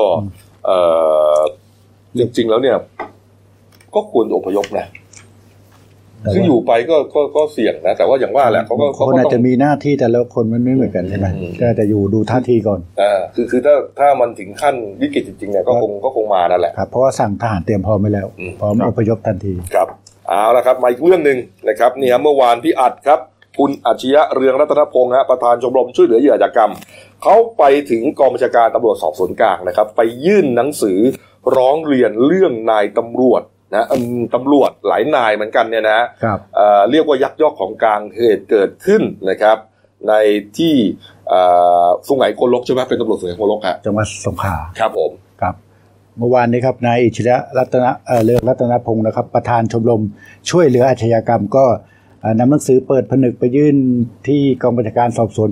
จริงๆแล้วเนี่ยก็ควรอพยพนะคืออยู่ไปก็ก็ก็เสี่ยงนะแต่ว่าอย่างว่าแหละเขาก็คนอาจจะมีหน้าที่แต่ละคนมันไม่เหมือนกันใช่ไหมก็จะอยู่ดูท่าทีก่อนอ่าคือคือถ้าถ้ามันถึงขั้นวิกฤตจริงๆเนี่ยก็คงก็คงมานั่นแหละครับเพราะว่าสั่งทหารเตรียมพร้อมไว้แล้วพร้อมอพยพทันทีครับเอาละครับมาอีกเรื่องนึงนะครับเนี่ยเมื่อวานพี่อัดครับคุณอัจฉริยะเรืองรัตนพงษ์ฮะประธานชมรมช่วยเหลือเหยื่ออาชญากรรมเขาไปถึงกองบัญชาการตำรวจสอบสวนกลางนะครับไปยื่นหนังสือร้องเรียนเรื่องนายตำรวจนะตำรวจหลายนายเหมือนกันเนี่ยนะครับเอ่อเรียกว่ายักยอกของกลางเหตุเกิดขึ้นนะครับในที่เอ่อสุไหงโกลกใช่ไหมเป็นตำรวจสุไหงโกลกฮะจังหวัดสงขลาครับผมครับเมื่อวานนี้ครับนายอัจฉริยะรัตนเอ่อเรืองรัตนพงษ์นะครับประธานชมรมช่วยเหลืออาชญากรรมก็นำหนังสือเปิดผนึกไปยื่นที่กองบัญชาการสอบสวน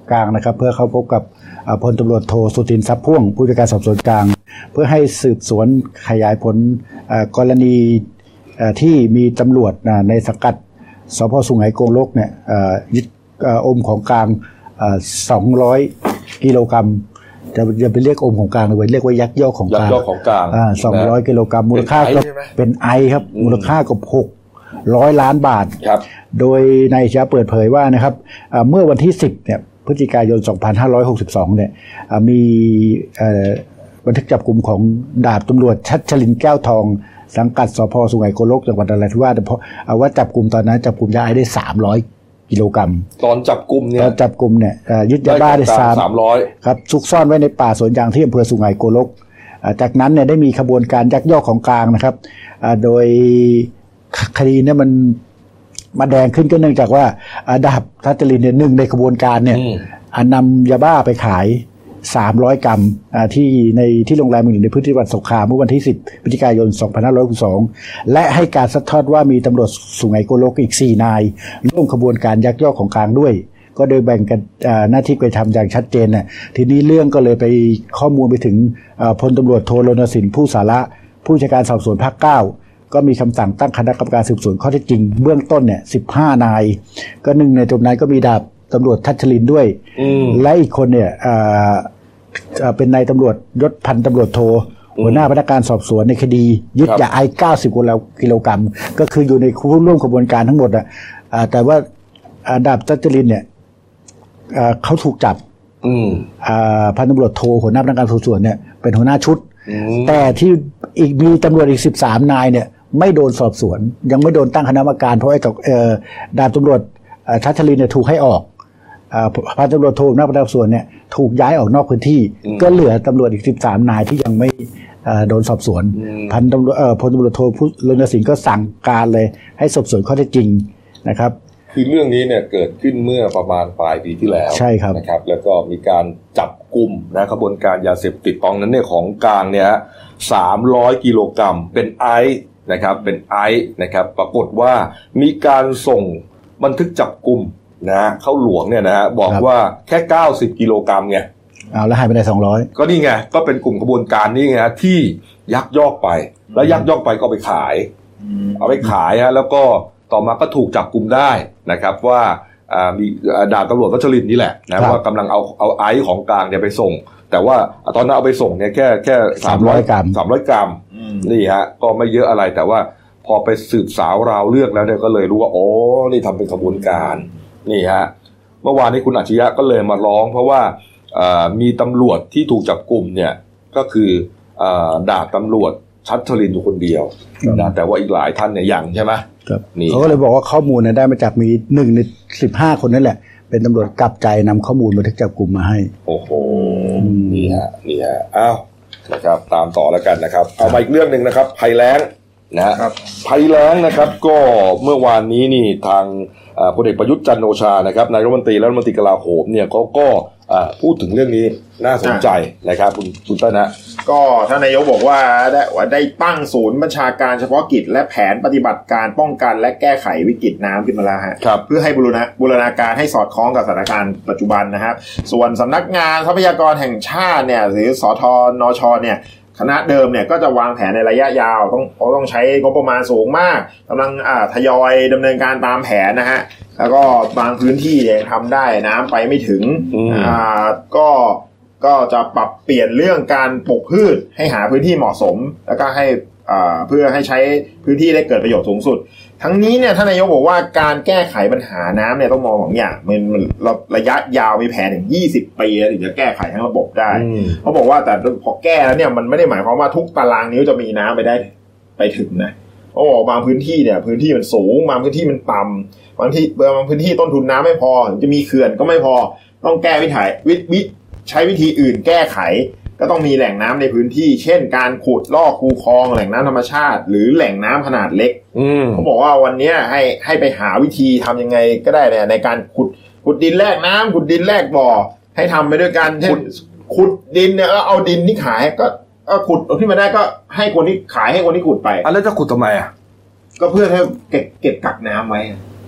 กลางนะครับเพื่อเข้าพบกับพลตำรวจโทสุทินทรัพย์พ่วงผู้จัดการสอบสวนกลางเพื่อให้สืบสวนขยายผลกรณีที่มีตำรวจในสังกัดสภ.สุไหงโกลกเนี่ยยึดอมของกลางสองร้อยกิโลกรัมจะจะไปเรียกอมของกลางเลยเรียกว่ายักยอกของกลางยักยอกของกลางอ่าสองร้อยกิโลกรัมมูลค่าก็เป็นไอครับมูลค่าก็หกร้อยล้านบาทครับโดยนายอัจฉริยะเปิดเผยว่านะครับเมื่อวันที่สิบเนี่ยพฤศจิกายนสองพันห้าร้อยหกสิบสองเนี่ยมีบันทึกจับกุมของดาบตำรวจชัชลินแก้วทองสังกัดสภ.สุไหงโกลกจังหวัดนราธิวาสเพราะว่าจับกุมตอนนั้นจับกุมยาไอได้สามร้อยกิโลกรัมตอนจับกุมเนี่ยตอนจับกุมเนี่ยยึดยาบ้าได้สามร้อยครับซุกซ่อนไว้ในป่าสวนยางที่อำเภอสุไหงโกลกจากนั้นเนี่ยได้มีขบวนการยักยอกของกลางนะครับโดยคดีเนี่ยมันมาแดงขึ้นก็เนื่องจากว่าดาบทัชลินเนี่ยหนึ่งในขบวนการเนี่ยนำยาบ้าไปขายสามร้อยกรัมที่ในที่โรงแรมแห่งหนึ่งในพื้นที่จังหวัดสงขลาเมื่อวันที่สิบพฤศจิกายนสองพันห้าร้อยหกสิบสองและให้การซัดทอดว่ามีตำรวจสุไหงโกลกอีกสี่นายร่วมขบวนการยักยอกของกลางด้วยก็โดยแบ่งกันหน้าที่ไปทำอย่างชัดเจนน่ะทีนี้เรื่องก็เลยไปข้อมูลไปถึงพลตำรวจโทรณสินผู้สาระผู้จัดการสอบสวนภาคเก้าก็มีคำสั่งตั้งคณะกรรมการสืบสวนข้อเท็จจริงเบื้องต้นเนี่ยสิบห้านายก็หนึ่งในจำนวนก็มีดาบตำรวจทัชลินด้วยและอีกคนเนี่ยเป็นนายตำรวจยศพันตำรวจโทหัวหน้าพนักงานสอบสวนในคดียึดยาไอเก้าสิบกิโลกรัมก็คืออยู่ในผู้ร่วมขบวนการทั้งหมดอ่ะแต่ว่าดาบทัชลินเนี่ยเขาถูกจับพันตำรวจโทหัวหน้าพนักงานสอบสวนเนี่ยเป็นหัวหน้าชุดแต่ที่อีกมีตำรวจอีกสิบสามนายเนี่ยไม่โดนสอบสวนยังไม่โดนตั้งคณะกรรมการเพราะไอ้ดาบตำรวจทัชลินเนี่ยถูกให้ออกพันตำรวจโทหัวหน้าพนักงานสอบสวนเนี่ยถูกย้ายออกนอกพื้นที่ก็เหลือตำรวจอีกสิบสามนายที่ยังไม่โดนสอบสวนพันตำรวจพลตำรวจโทรณสินก็สั่งการเลยให้สอบสวนข้อเท็จจริงนะครับคือเรื่องนี้เนี่ยเกิดขึ้นเมื่อประมาณปลายปีที่แล้วใช่ครับนะครับแล้วก็มีการจับกุมนะขบวนการยาเสพติดตอนนั้นเนี่ยของกลางเนี่ยสามร้อยกิโลกรัมเป็นไอซ์นะครับเป็นไอซ์นะครับปรากฏว่ามีการส่งบันทึกจับกุมนะเข้าหลวงเนี่ยนะฮะบอกว่าแค่เก้าสิบกิโลกรัมไงอ้าวแล้วหายไปได้สองร้อยก็นี่ไงก็เป็นกลุ่มขบวนการนี่ไงที่ยักยอกไปแล้วยักยอกไปก็ไปขายเอาไปขายฮะแล้วก็ต่อมาก็ถูกจับกุมได้นะครับว่ามีดาบตำรวจทัชลินนี่แหละนะว่ากำลังเอาเอาไอซ์ของกลางเนี่ยไปส่งแต่ว่าตอนนั้นเอาไปส่งเนี่ยแค่แค่สามร้อยกรัมสามร้อยกรัมนี่ฮะก็ไม่เยอะอะไรแต่ว่าพอไปสืบสาวราวเรื่องแล้วเนี่ยก็เลยรู้ว่าโอ้นี่ทำเป็นขบวนการนี่ฮะเมื่อวานนี้คุณอัจฉริยะก็เลยมาร้องเพราะว่ามีตำรวจที่ถูกจับกุมเนี่ยก็คือดาบตำรวจชัชลินอยู่คนเดียวนะแต่ว่าอีกหลายท่านเนี่ยยังใช่ไหมครับเขาก็เลยบอกว่าข้อมูลเนี่ยได้มาจากมีหนึ่งในสิบห้าคนนั่นแหละเป็นตำรวจกลับใจนำข้อมูลบันทึกจับกุมมาให้โอ้โหนี่ฮะนี่ฮะอ้าวนะครับตามต่อแล้วกันนะครับเอามาอีกเรื่องนึงนะครับภัยแล้งนะครับภัยแล้งนะครับก็เมื่อวานนี้นี่ทางพลเอกประยุทธ์จันทร์โอชานะครับนายรัฐมนตรีและรัฐมนตรีกลาโหมเนี่ยเขาก็พูดถึงเรื่องนี้น่าสนใจนะครับคุณคุณต้นนะก็ท่านนายกบอกว่าได้ว่าได้ตั้งศูนย์บัญชาการเฉพาะกิจและแผนปฏิบัติการป้องกันและแก้ไขวิกฤตน้ำขึ้นมาแล้วฮะเพื่อให้บูรณาบูรณาการให้สอดคล้องกับสถานการณ์ปัจจุบันนะครับส่วนสำนักงานทรัพยากรแห่งชาติเนี่ยหรือสทนชเนี่ยคณะเดิมเนี่ยก็จะวางแผนในระยะยาวต้องเขาต้องใช้งบประมาณสูงมากกำลังอ่าทยอยดำเนินการตามแผนนะฮะแล้วก็บางพื้นที่เนี่ยทำได้น้ำไปไม่ถึงอ่าก็ก็จะปรับเปลี่ยนเรื่องการปลูกพืชให้หาพื้นที่เหมาะสมแล้วก็ให้อ่าเพื่อให้ใช้พื้นที่ได้เกิดประโยชน์สูงสุดทั้งนี้เนี่ยท่านนายกบอกว่าการแก้ไขปัญหาน้ำเนี่ยต้องมองสองอย่างมันมันระยะยาวมีแผนถึงยี่สิบปีถึงจะแก้ไขทั้งระบบได้เขาบอกว่าแต่พอแก้แล้วเนี่ยมันไม่ได้หมายความว่าทุกตารางนิ้วจะมีน้ำไปได้ไปถึงนะเขาบอกบางพื้นที่เนี่ยพื้นที่มันสูงบางพื้นที่มันต่ำบางที่บางพื้นที่ต้นทุนน้ำไม่พอถึงจะมีเขื่อนก็ไม่พอต้องแก้วิถีวิวิใช้วิธีอื่นแก้ไขก็ต้องมีแหล่งน้ำในพื้นที่เช่นการขุดลอกคูคลองแหล่งน้ำธรรมชาติหรือแหล่งน้ำขนาดเล็กเขาบอกว่าวันนี้ให้ให้ไปหาวิธีทำยังไงก็ได้เนี่ยในการขุดขุดดินแลกน้ำขุดดินแลกบ่อให้ทำไปด้วยกันเช่นขุดดินเนี่ยแล้วเอาดินที่ขายก็ก็ขุดขึ้นมาได้ก็ให้คนที่ขายให้คนที่ขุดไปอ่ะแล้วจะขุดทำไมอ่ะก็เพื่อให้เก็บเก็บกักน้ำไว้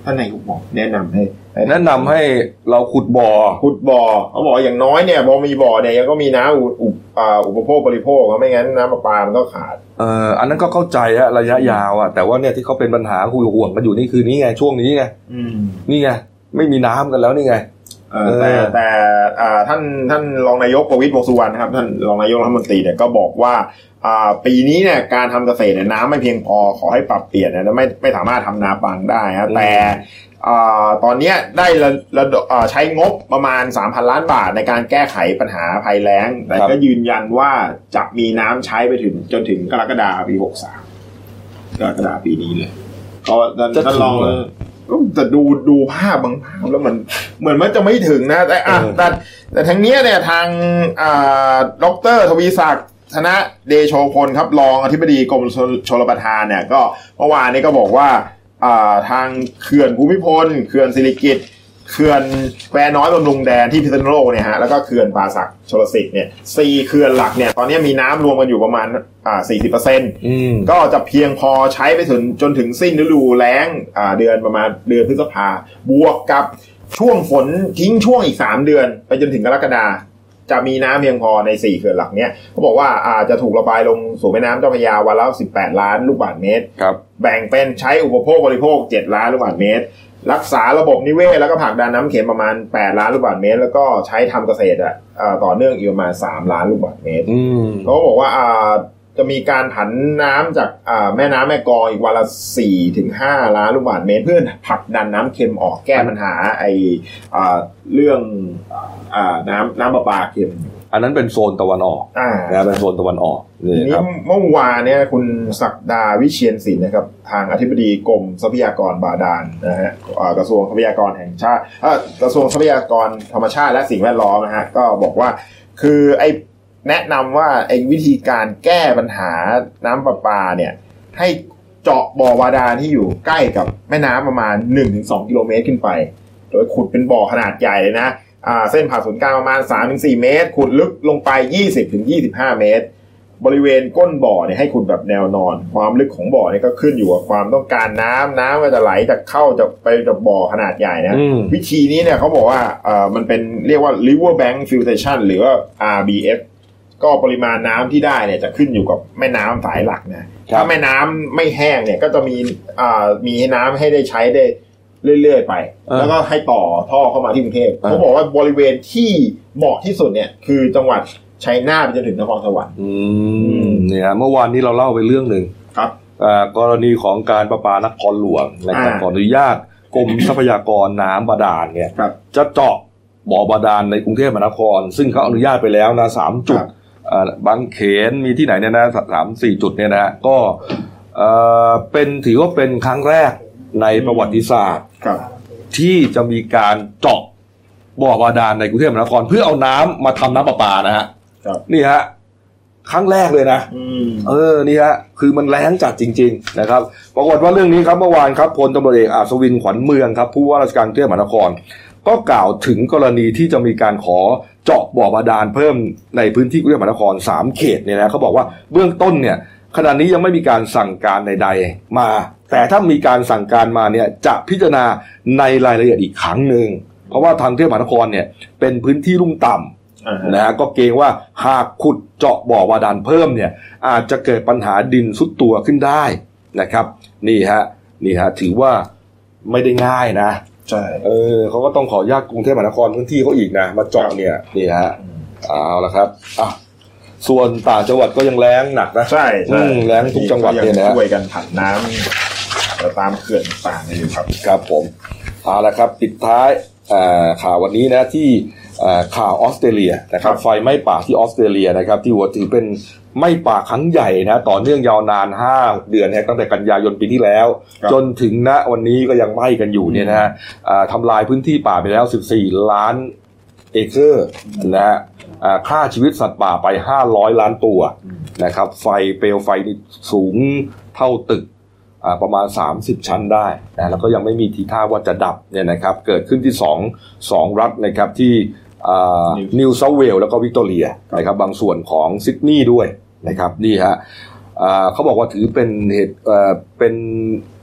ท่านนายกบอกแนะนำให้แนะนำให้เราขุดบ่อขุดบ่อเขาบอกอย่างน้อยเนี่ยพอมีบ่อเนี่ยยังก็มีน้ำอุอุอุปโภคบริโภคไม่งั้นน้ำประปามันก็ขาดเอ่ออันนั้นก็เข้าใจฮะระยะยาวอ่ะแต่ว่าเนี่ยที่เขาเป็นปัญหาคุยห่วงกันอยู่นี่คือนี่ไงช่วงนี้ไงนี่ไงไม่มีน้ำกันแล้วนี่ไงแต่แต่ท่านท่านรองนายกประวิตร วงษ์สุวรรณครับท่านรองนายกรัฐมนตรีเนี่ยก็บอกว่าปีนี้เนี่ยการทำเกษตรเนี่ยน้ำไม่เพียงพอขอให้ปรับเปลี่ยนนะไม่ไม่สามารถทำนาปังได้ฮะแต่ตอนนี้ได้ใช้งบประมาณ สามพัน ล้านบาทในการแก้ไขปัญหาภัยแล้งแต่ก็ยืนยันว่าจะมีน้ำใช้ไปถึงจนถึงกรกฎาคมปีหกสิบสามกรกฎาคมปีนี้เลยก็ท่านลองก็แต่ดูดูภาพบางภาพแล้วมันเหมือนมันจะไม่ถึงนะแต่อ่ะแต่แต่ทางเนี้ยเนี่ยทางอ่าดร.ทวีศักดิ์ธนเดโชพลครับรองอธิบดีกรมชลประทานเนี่ยก็เมื่อวานนี้ก็บอกว่าอ่าทางเขื่อนภูมิพลเขื่อนสิริกิติ์เขื่อนแควน้อยบำรุงแดนที่พิษณุโลกเนี่ยฮะแล้วก็เขื่อนป่าสักชลสิทธิ์เนี่ยสี่เขื่อนหลักเนี่ยตอนนี้มีน้ำรวมกันอยู่ประมาณอ่า สี่สิบเปอร์เซ็นต์ อืมก็จะเพียงพอใช้ไปถึงจนถึงสิ้นฤดูแล้งอ่าเดือนประมาณเดือนพฤษภาบวกกับช่วงฝนทิ้งช่วงอีกสามเดือนไปจนถึงกรกฎาคมจะมีน้ำเพียงพอในสี่เขื่อนหลักเนี้ยเขาบอกว่าอาจจะถูกระบายลงสู่แม่น้ำเจ้าพระยาวันละสิบแปดล้านลูกบาศก์เมตรครับแบ่งเป็นใช้อุปโภคบริโภคเจ็ดล้านลูกบาศก์เมตรรักษาระบบนิเวศแล้วก็ผลักดันน้ำเข็มประมาณแปดล้านลูกบาศก์เมตรแล้วก็ใช้ทำเกษตรอ่ะต่อเนื่องอีกประมาณสามล้านลูกบาศก์เมตรเขาบอกว่าจะมีการผันน้ำจากแม่น้ำแม่กลองอีกวันละ สี่ถึงห้า ล้านลูกบาศก์เมตรเพื่อผลักดันน้ำเค็มออกแก้ปัญหาไอ้เรื่องน้ำน้ำประปาเค็มอันนั้นเป็นโซนตะวันออกนะเป็นโซนตะวันออกนี่ครับเมื่อวานเนี่ยคุณศักดาวิเชียรศิลป์นะครับทางอธิบดีกรมทรัพยากรบาดาลนะฮะกระทรวงทรัพยากรแห่งชาติกระทรวงทรัพยากรธรรมชาติและสิ่งแวดล้อมนะฮะก็บอกว่าคือไอ้แนะนำว่าไอ้วิธีการแก้ปัญหาน้ำประปาเนี่ยให้เจาะบ่อบาดาลที่อยู่ใกล้กับแม่น้ำประมาณ หนึ่งถึงสอง กิโลเมตรขึ้นไปโดยขุดเป็นบ่อขนาดใหญ่เลยนะอ่าเส้นผ่าศูนย์กลางประมาณ สามถึงสี่ เมตรขุดลึกลงไป ยี่สิบถึงยี่สิบห้า เมตรบริเวณก้นบ่อเนี่ยให้ขุดแบบแนวนอนความลึกของบ่อเนี่ยก็ขึ้นอยู่กับความต้องการน้ำน้ำก็จะไหลจากเข้าจากไปจากบ่อขนาดใหญ่นะวิธีนี้เนี่ยเขาบอกว่าเอ่อมันเป็นเรียกว่า river bank filtration หรือว่า อาร์ บี เอฟ ก็ปริมาณน้ำที่ได้เนี่ยจะขึ้นอยู่กับแม่น้ำสายหลักนะถ้าแม่น้ำไม่แห้งเนี่ยก็จะมีอ่ามีน้ำให้ได้ใช้ได้เรื่อยๆไปแล้วก็ให้ต่อท่อเข้ามาที่กรุงเทพเขาบอกว่าบริเวณที่เหมาะที่สุดเนี่ยคือจังหวัดชัยนาทไปจนถึงนครสวรรค์อืมเนี่ยเมื่อวานนี้เราเล่าไปเรื่องนึงครับอ่ากรณีของการประปานครหลวงนะครับขออนุญาตกรมทรัพยากรน้ำบาดาลเนี่ยจะเจาะบ่อบาดาลในกรุงเทพมหานครซึ่งเขาอนุญาตไปแล้วนะสามจุดอ่าบางเขนมีที่ไหนเนี่ยนะสาม สี่จุดเนี่ยนะก็เอ่อเป็นถือว่าเป็นครั้งแรกในประวัติศาสตร์ที่จะมีการเจาะบ่อบาดาลในกรุงเทพมหานครเพื่อเอาน้ำมาทำน้ำประปานะฮะนี่ฮะครั้งแรกเลยนะเออนี่ฮะคือมันแรงจัดจริงๆนะครับปรากฏว่าเรื่องนี้ครับเมื่อวานครับพลตำรวจเอกอัศวินขวัญเมืองครับผู้ว่าราชการกรุงเทพมหานครก็กล่าวถึงกรณีที่จะมีการขอเจาะบ่อบาดาลเพิ่มในพื้นที่กรุงเทพมหานครสามเขตเนี่ยนะเขาบอกว่าเบื้องต้นเนี่ยขณะนี้ยังไม่มีการสั่งการใดๆมาแต่ถ้ามีการสั่งการมาเนี่ยจะพิจารณาในรายละเอียดอีกครั้งหนึ่งเพราะว่าทางกรุงเทพมหานครเนี่ยเป็นพื้นที่ลุ่มต่ำนะฮะก็เกรงว่าหากขุดเจาะบ่อบาดาลเพิ่มเนี่ยอาจจะเกิดปัญหาดินซุดตัวขึ้นได้นะครับนี่ฮะนี่ฮะถือว่าไม่ได้ง่ายนะใช่เออเขาก็ต้องขออนุญาตกรุงเทพมหานครพื้นที่เขาอีกนะมาเจาะเนี่ยนี่ฮะเอาละครับอ่ะส่วนต่างจังหวัดก็ยังแล้งหนักนะใช่ใช่แล้งทุกจังหวัดเลยนะช่วยกันผันน้ำตามเขื่อนต่างๆอยู่ครับครับผมเอาละครับปิดท้ายข่าววันนี้นะที่ข่าวออสเตรเลียนะครับไฟไหม้ป่าที่ออสเตรเลียนะครับที่ถือเป็นไหม้ป่าครั้งใหญ่นะต่อเนื่องยาวนานห้าเดือนนะตั้งแต่กันยายนปีที่แล้วจนถึงณวันนี้ก็ยังไหม้กันอยู่เนี่ยนะฮะทำลายพื้นที่ป่าไปแล้วสิบสี่ล้านเอเคอร์นะฮะฆ่าชีวิตสัตว์ป่าไปห้าร้อยล้านตัวนะครับไฟเปลวไฟนี่สูงเท่าตึกประมาณสามสิบชั้นได้นะแล้วก็ยังไม่มีทีท่าว่าจะดับเนี่ยนะครับเกิดขึ้นที่2 2รัฐนะครับที่นิวเซาท์เวลส์แล้วก็วิกตอเรียนะครับบางส่วนของซิดนีย์ด้วยนะครับนี่ฮะเขาบอกว่าถือเป็นเหตุเป็น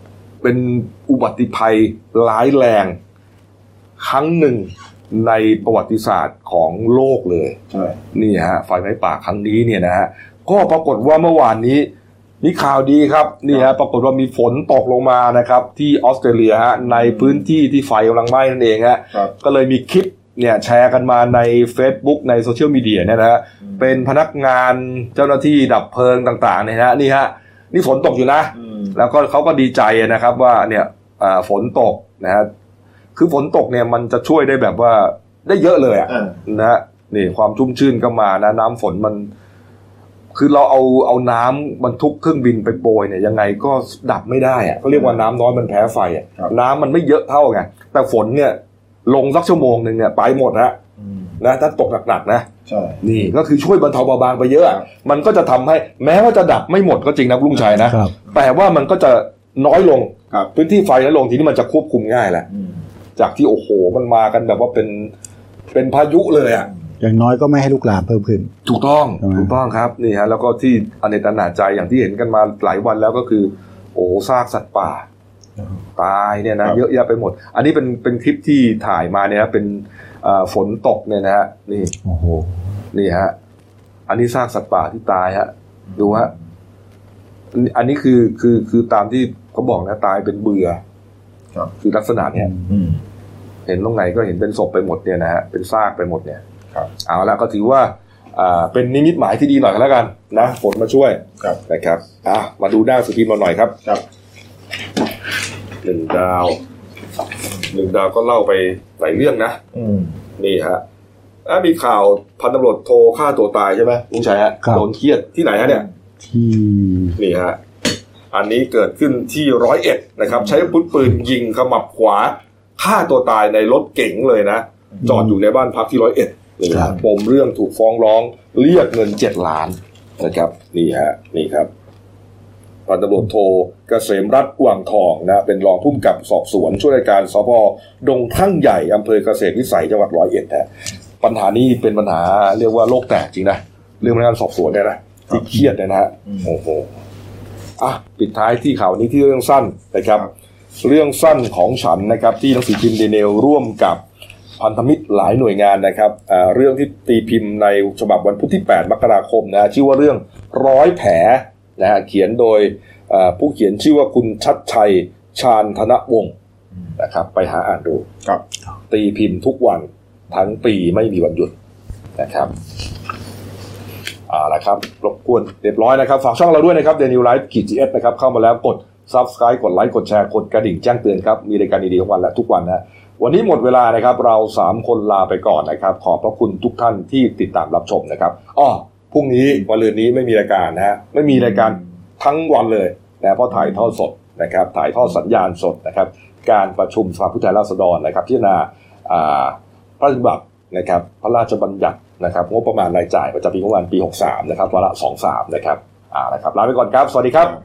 เป็นอุบัติภัยร้ายแรงครั้งหนึ่งในประวัติศาสตร์ของโลกเลยใช่นี่ฮะไฟไหม้ป่าครั้งนี้เนี่ยนะฮะก็ปรากฏว่าเมื่อวานนี้มีข่าวดีครับนี่ฮะปรากฏว่ามีฝนตกลงมานะครับที่ออสเตรเลียฮะในพื้นที่ที่ไฟกำลังไหม้นั่นเองฮะก็เลยมีคลิปเนี่ยแชร์กันมาใน Facebook ในโซเชียลมีเดียเนี่ยนะฮะเป็นพนักงานเจ้าหน้าที่ดับเพลิงต่างๆเนี่ยฮะนี่ฮะนี่ฝนตกอยู่นะแล้วก็เขาก็ดีใจนะครับว่าเนี่ยฝนตกนะฮะคือฝนตกเนี่ยมันจะช่วยได้แบบว่าได้เยอะเลยอ่ะนะนี่ความชุ่มชื่นก็มานะน้ำฝนมันคือเราเอาเอาน้ำบรรทุกเครื่องบินไปโปรยเนี่ยยังไงก็ดับไม่ได้อ่ะเขาเรียกว่าน้ำน้อยมันแพ้ไฟอ่ะน้ำมันไม่เยอะเท่าไงแต่ฝนเนี่ยลงสักชั่วโมงนึงเนี่ยไปหมดนะนะถ้าตกหนักๆนะใช่นี่ก็คือช่วยบรรเทาเบาบางไปเยอะมันก็จะทำให้แม้ว่าจะดับไม่หมดก็จริงนะลุงชัยนะแต่ว่ามันก็จะน้อยลงพื้นที่ไฟน้อยลงทีนี้มันจะควบคุมง่ายแหละจากที่โอ้โหมันมากันแบบว่าเป็นเป็นพายุเลยอ่ะอย่างน้อยก็ไม่ให้ลุกลามเพิ่มขึ้นถูกต้องถูกต้องครับนี่ฮะแล้วก็ที่อเนกอนาจใจอย่างที่เห็นกันมาหลายวันแล้วก็คือโอ้ซากสัตว์ป่าตายเนี่ยนะเยอะแยะไปหมดอันนี้เป็นเป็นคลิปที่ถ่ายมาเนี่ยนะเป็นฝนตกเนี่ยนะฮะนี่โอ้โหนี่ฮะอันนี้ซากสัตว์ป่าที่ตายฮะดูฮะอันนี้คือคือคือตามที่เขาบอกนะตายเป็นเบื่อคือลักษณะเนี้ยเห็นตรงไหนก็เห็นเป็นศพไปหมดเนี่ยนะฮะเป็นซากไปหมดเนี่ยเอาละก็ถือว่าอ่าเป็นนิมิตหมายที่ดีหน่อยก็แล้วกันนะฝนมาช่วยนะครับอ่ะมาดูหน้าสุพิมพ์เราหน่อยครับครับหนึ่งดาวหนึ่งดาวก็เล่าไปหลายเรื่องนะนี่ฮะมีข่าวพันตำรวจโทฆ่าตัวตายใช่ไหมลุงชัยฮะโดนเครียดที่ไหนฮะเนี่ยที่นี่ฮะอันนี้เกิดขึ้นที่ร้อยเอ็ดนะครับใช้อาวุธปืนยิงขมับขวาฆ่าตัวตายในรถเก๋งเลยนะจอดอยู่ในบ้านพักที่ร้อยเอ็ดเลยปมเรื่องถูกฟ้องร้องเรียกเงินเจ็ดล้านนะครับนี่ฮะนี่ครับพันตำรวจโทเกษมรัตน์อ่วงทองนะเป็นรองผู้กำกับสอบสวนช่วยราชการสพดงทั่งใหญ่อำเภอเกษตรวิสัยจังหวัดร้อยเอ็ดนะปัญหานี้เป็นปัญหาเรียกว่าโลกแตกจริงนะเรื่องการสอบสวนเนี่ยนะที่เครียดนะฮะโอ้โหอ่ะปิดท้ายที่ข่าวนี้ที่เรื่องสั้นนะครับเรื่องสั้นของฉันนะครับที่หนังสือพิมพ์เดเนลร่วมกับพันธมิตรหลายหน่วยงานนะครับอ่าเรื่องที่ตีพิมพ์ในฉบับวันพุธที่แปดมกราคมนะชื่อว่าเรื่องร้อยแผลนะฮะเขียนโดยผู้เขียนชื่อว่าคุณชัดชัยชาญธนวงศ์นะครับไปหาอ่านดูครับตีพิมพ์ทุกวันทั้งปีไม่มีวันหยุดนะครับอ่าละครับรบกวนเรียบร้อยนะครับฝากช่องเราด้วยนะครับ Daily Life ขีด จี เอส นะครับเข้ามาแล้วกด Subscribe กดไลค์กดแชร์กดกระดิ่งแจ้งเตือนครับมีรายการดีๆทุกวันและทุกวันนะวันนี้หมดเวลานะครับเราสามคนลาไปก่อนนะครับขอบพระคุณทุกท่านที่ติดตามรับชมนะครับอ้อพรุ่งนี้วันเรือนนี้ไม่มีรายการนะฮะไม่มีรายการทั้งวันเลยนะเพราะถ่ายทอดสดนะครับถ่ายทอดสัญญาณสดนะครับการประชุมสภาผู้แทนราษฎรนะครับพิจารณาพระราชบัญญัตินะครับพระราชบัญญัตินะครับงบประมาณรายจ่ายประจำปีงบประมาณปีหกสิบสามนะครับวาระสองสิบสามนะครับอ่านะครับลาไปก่อนครับสวัสดีครับ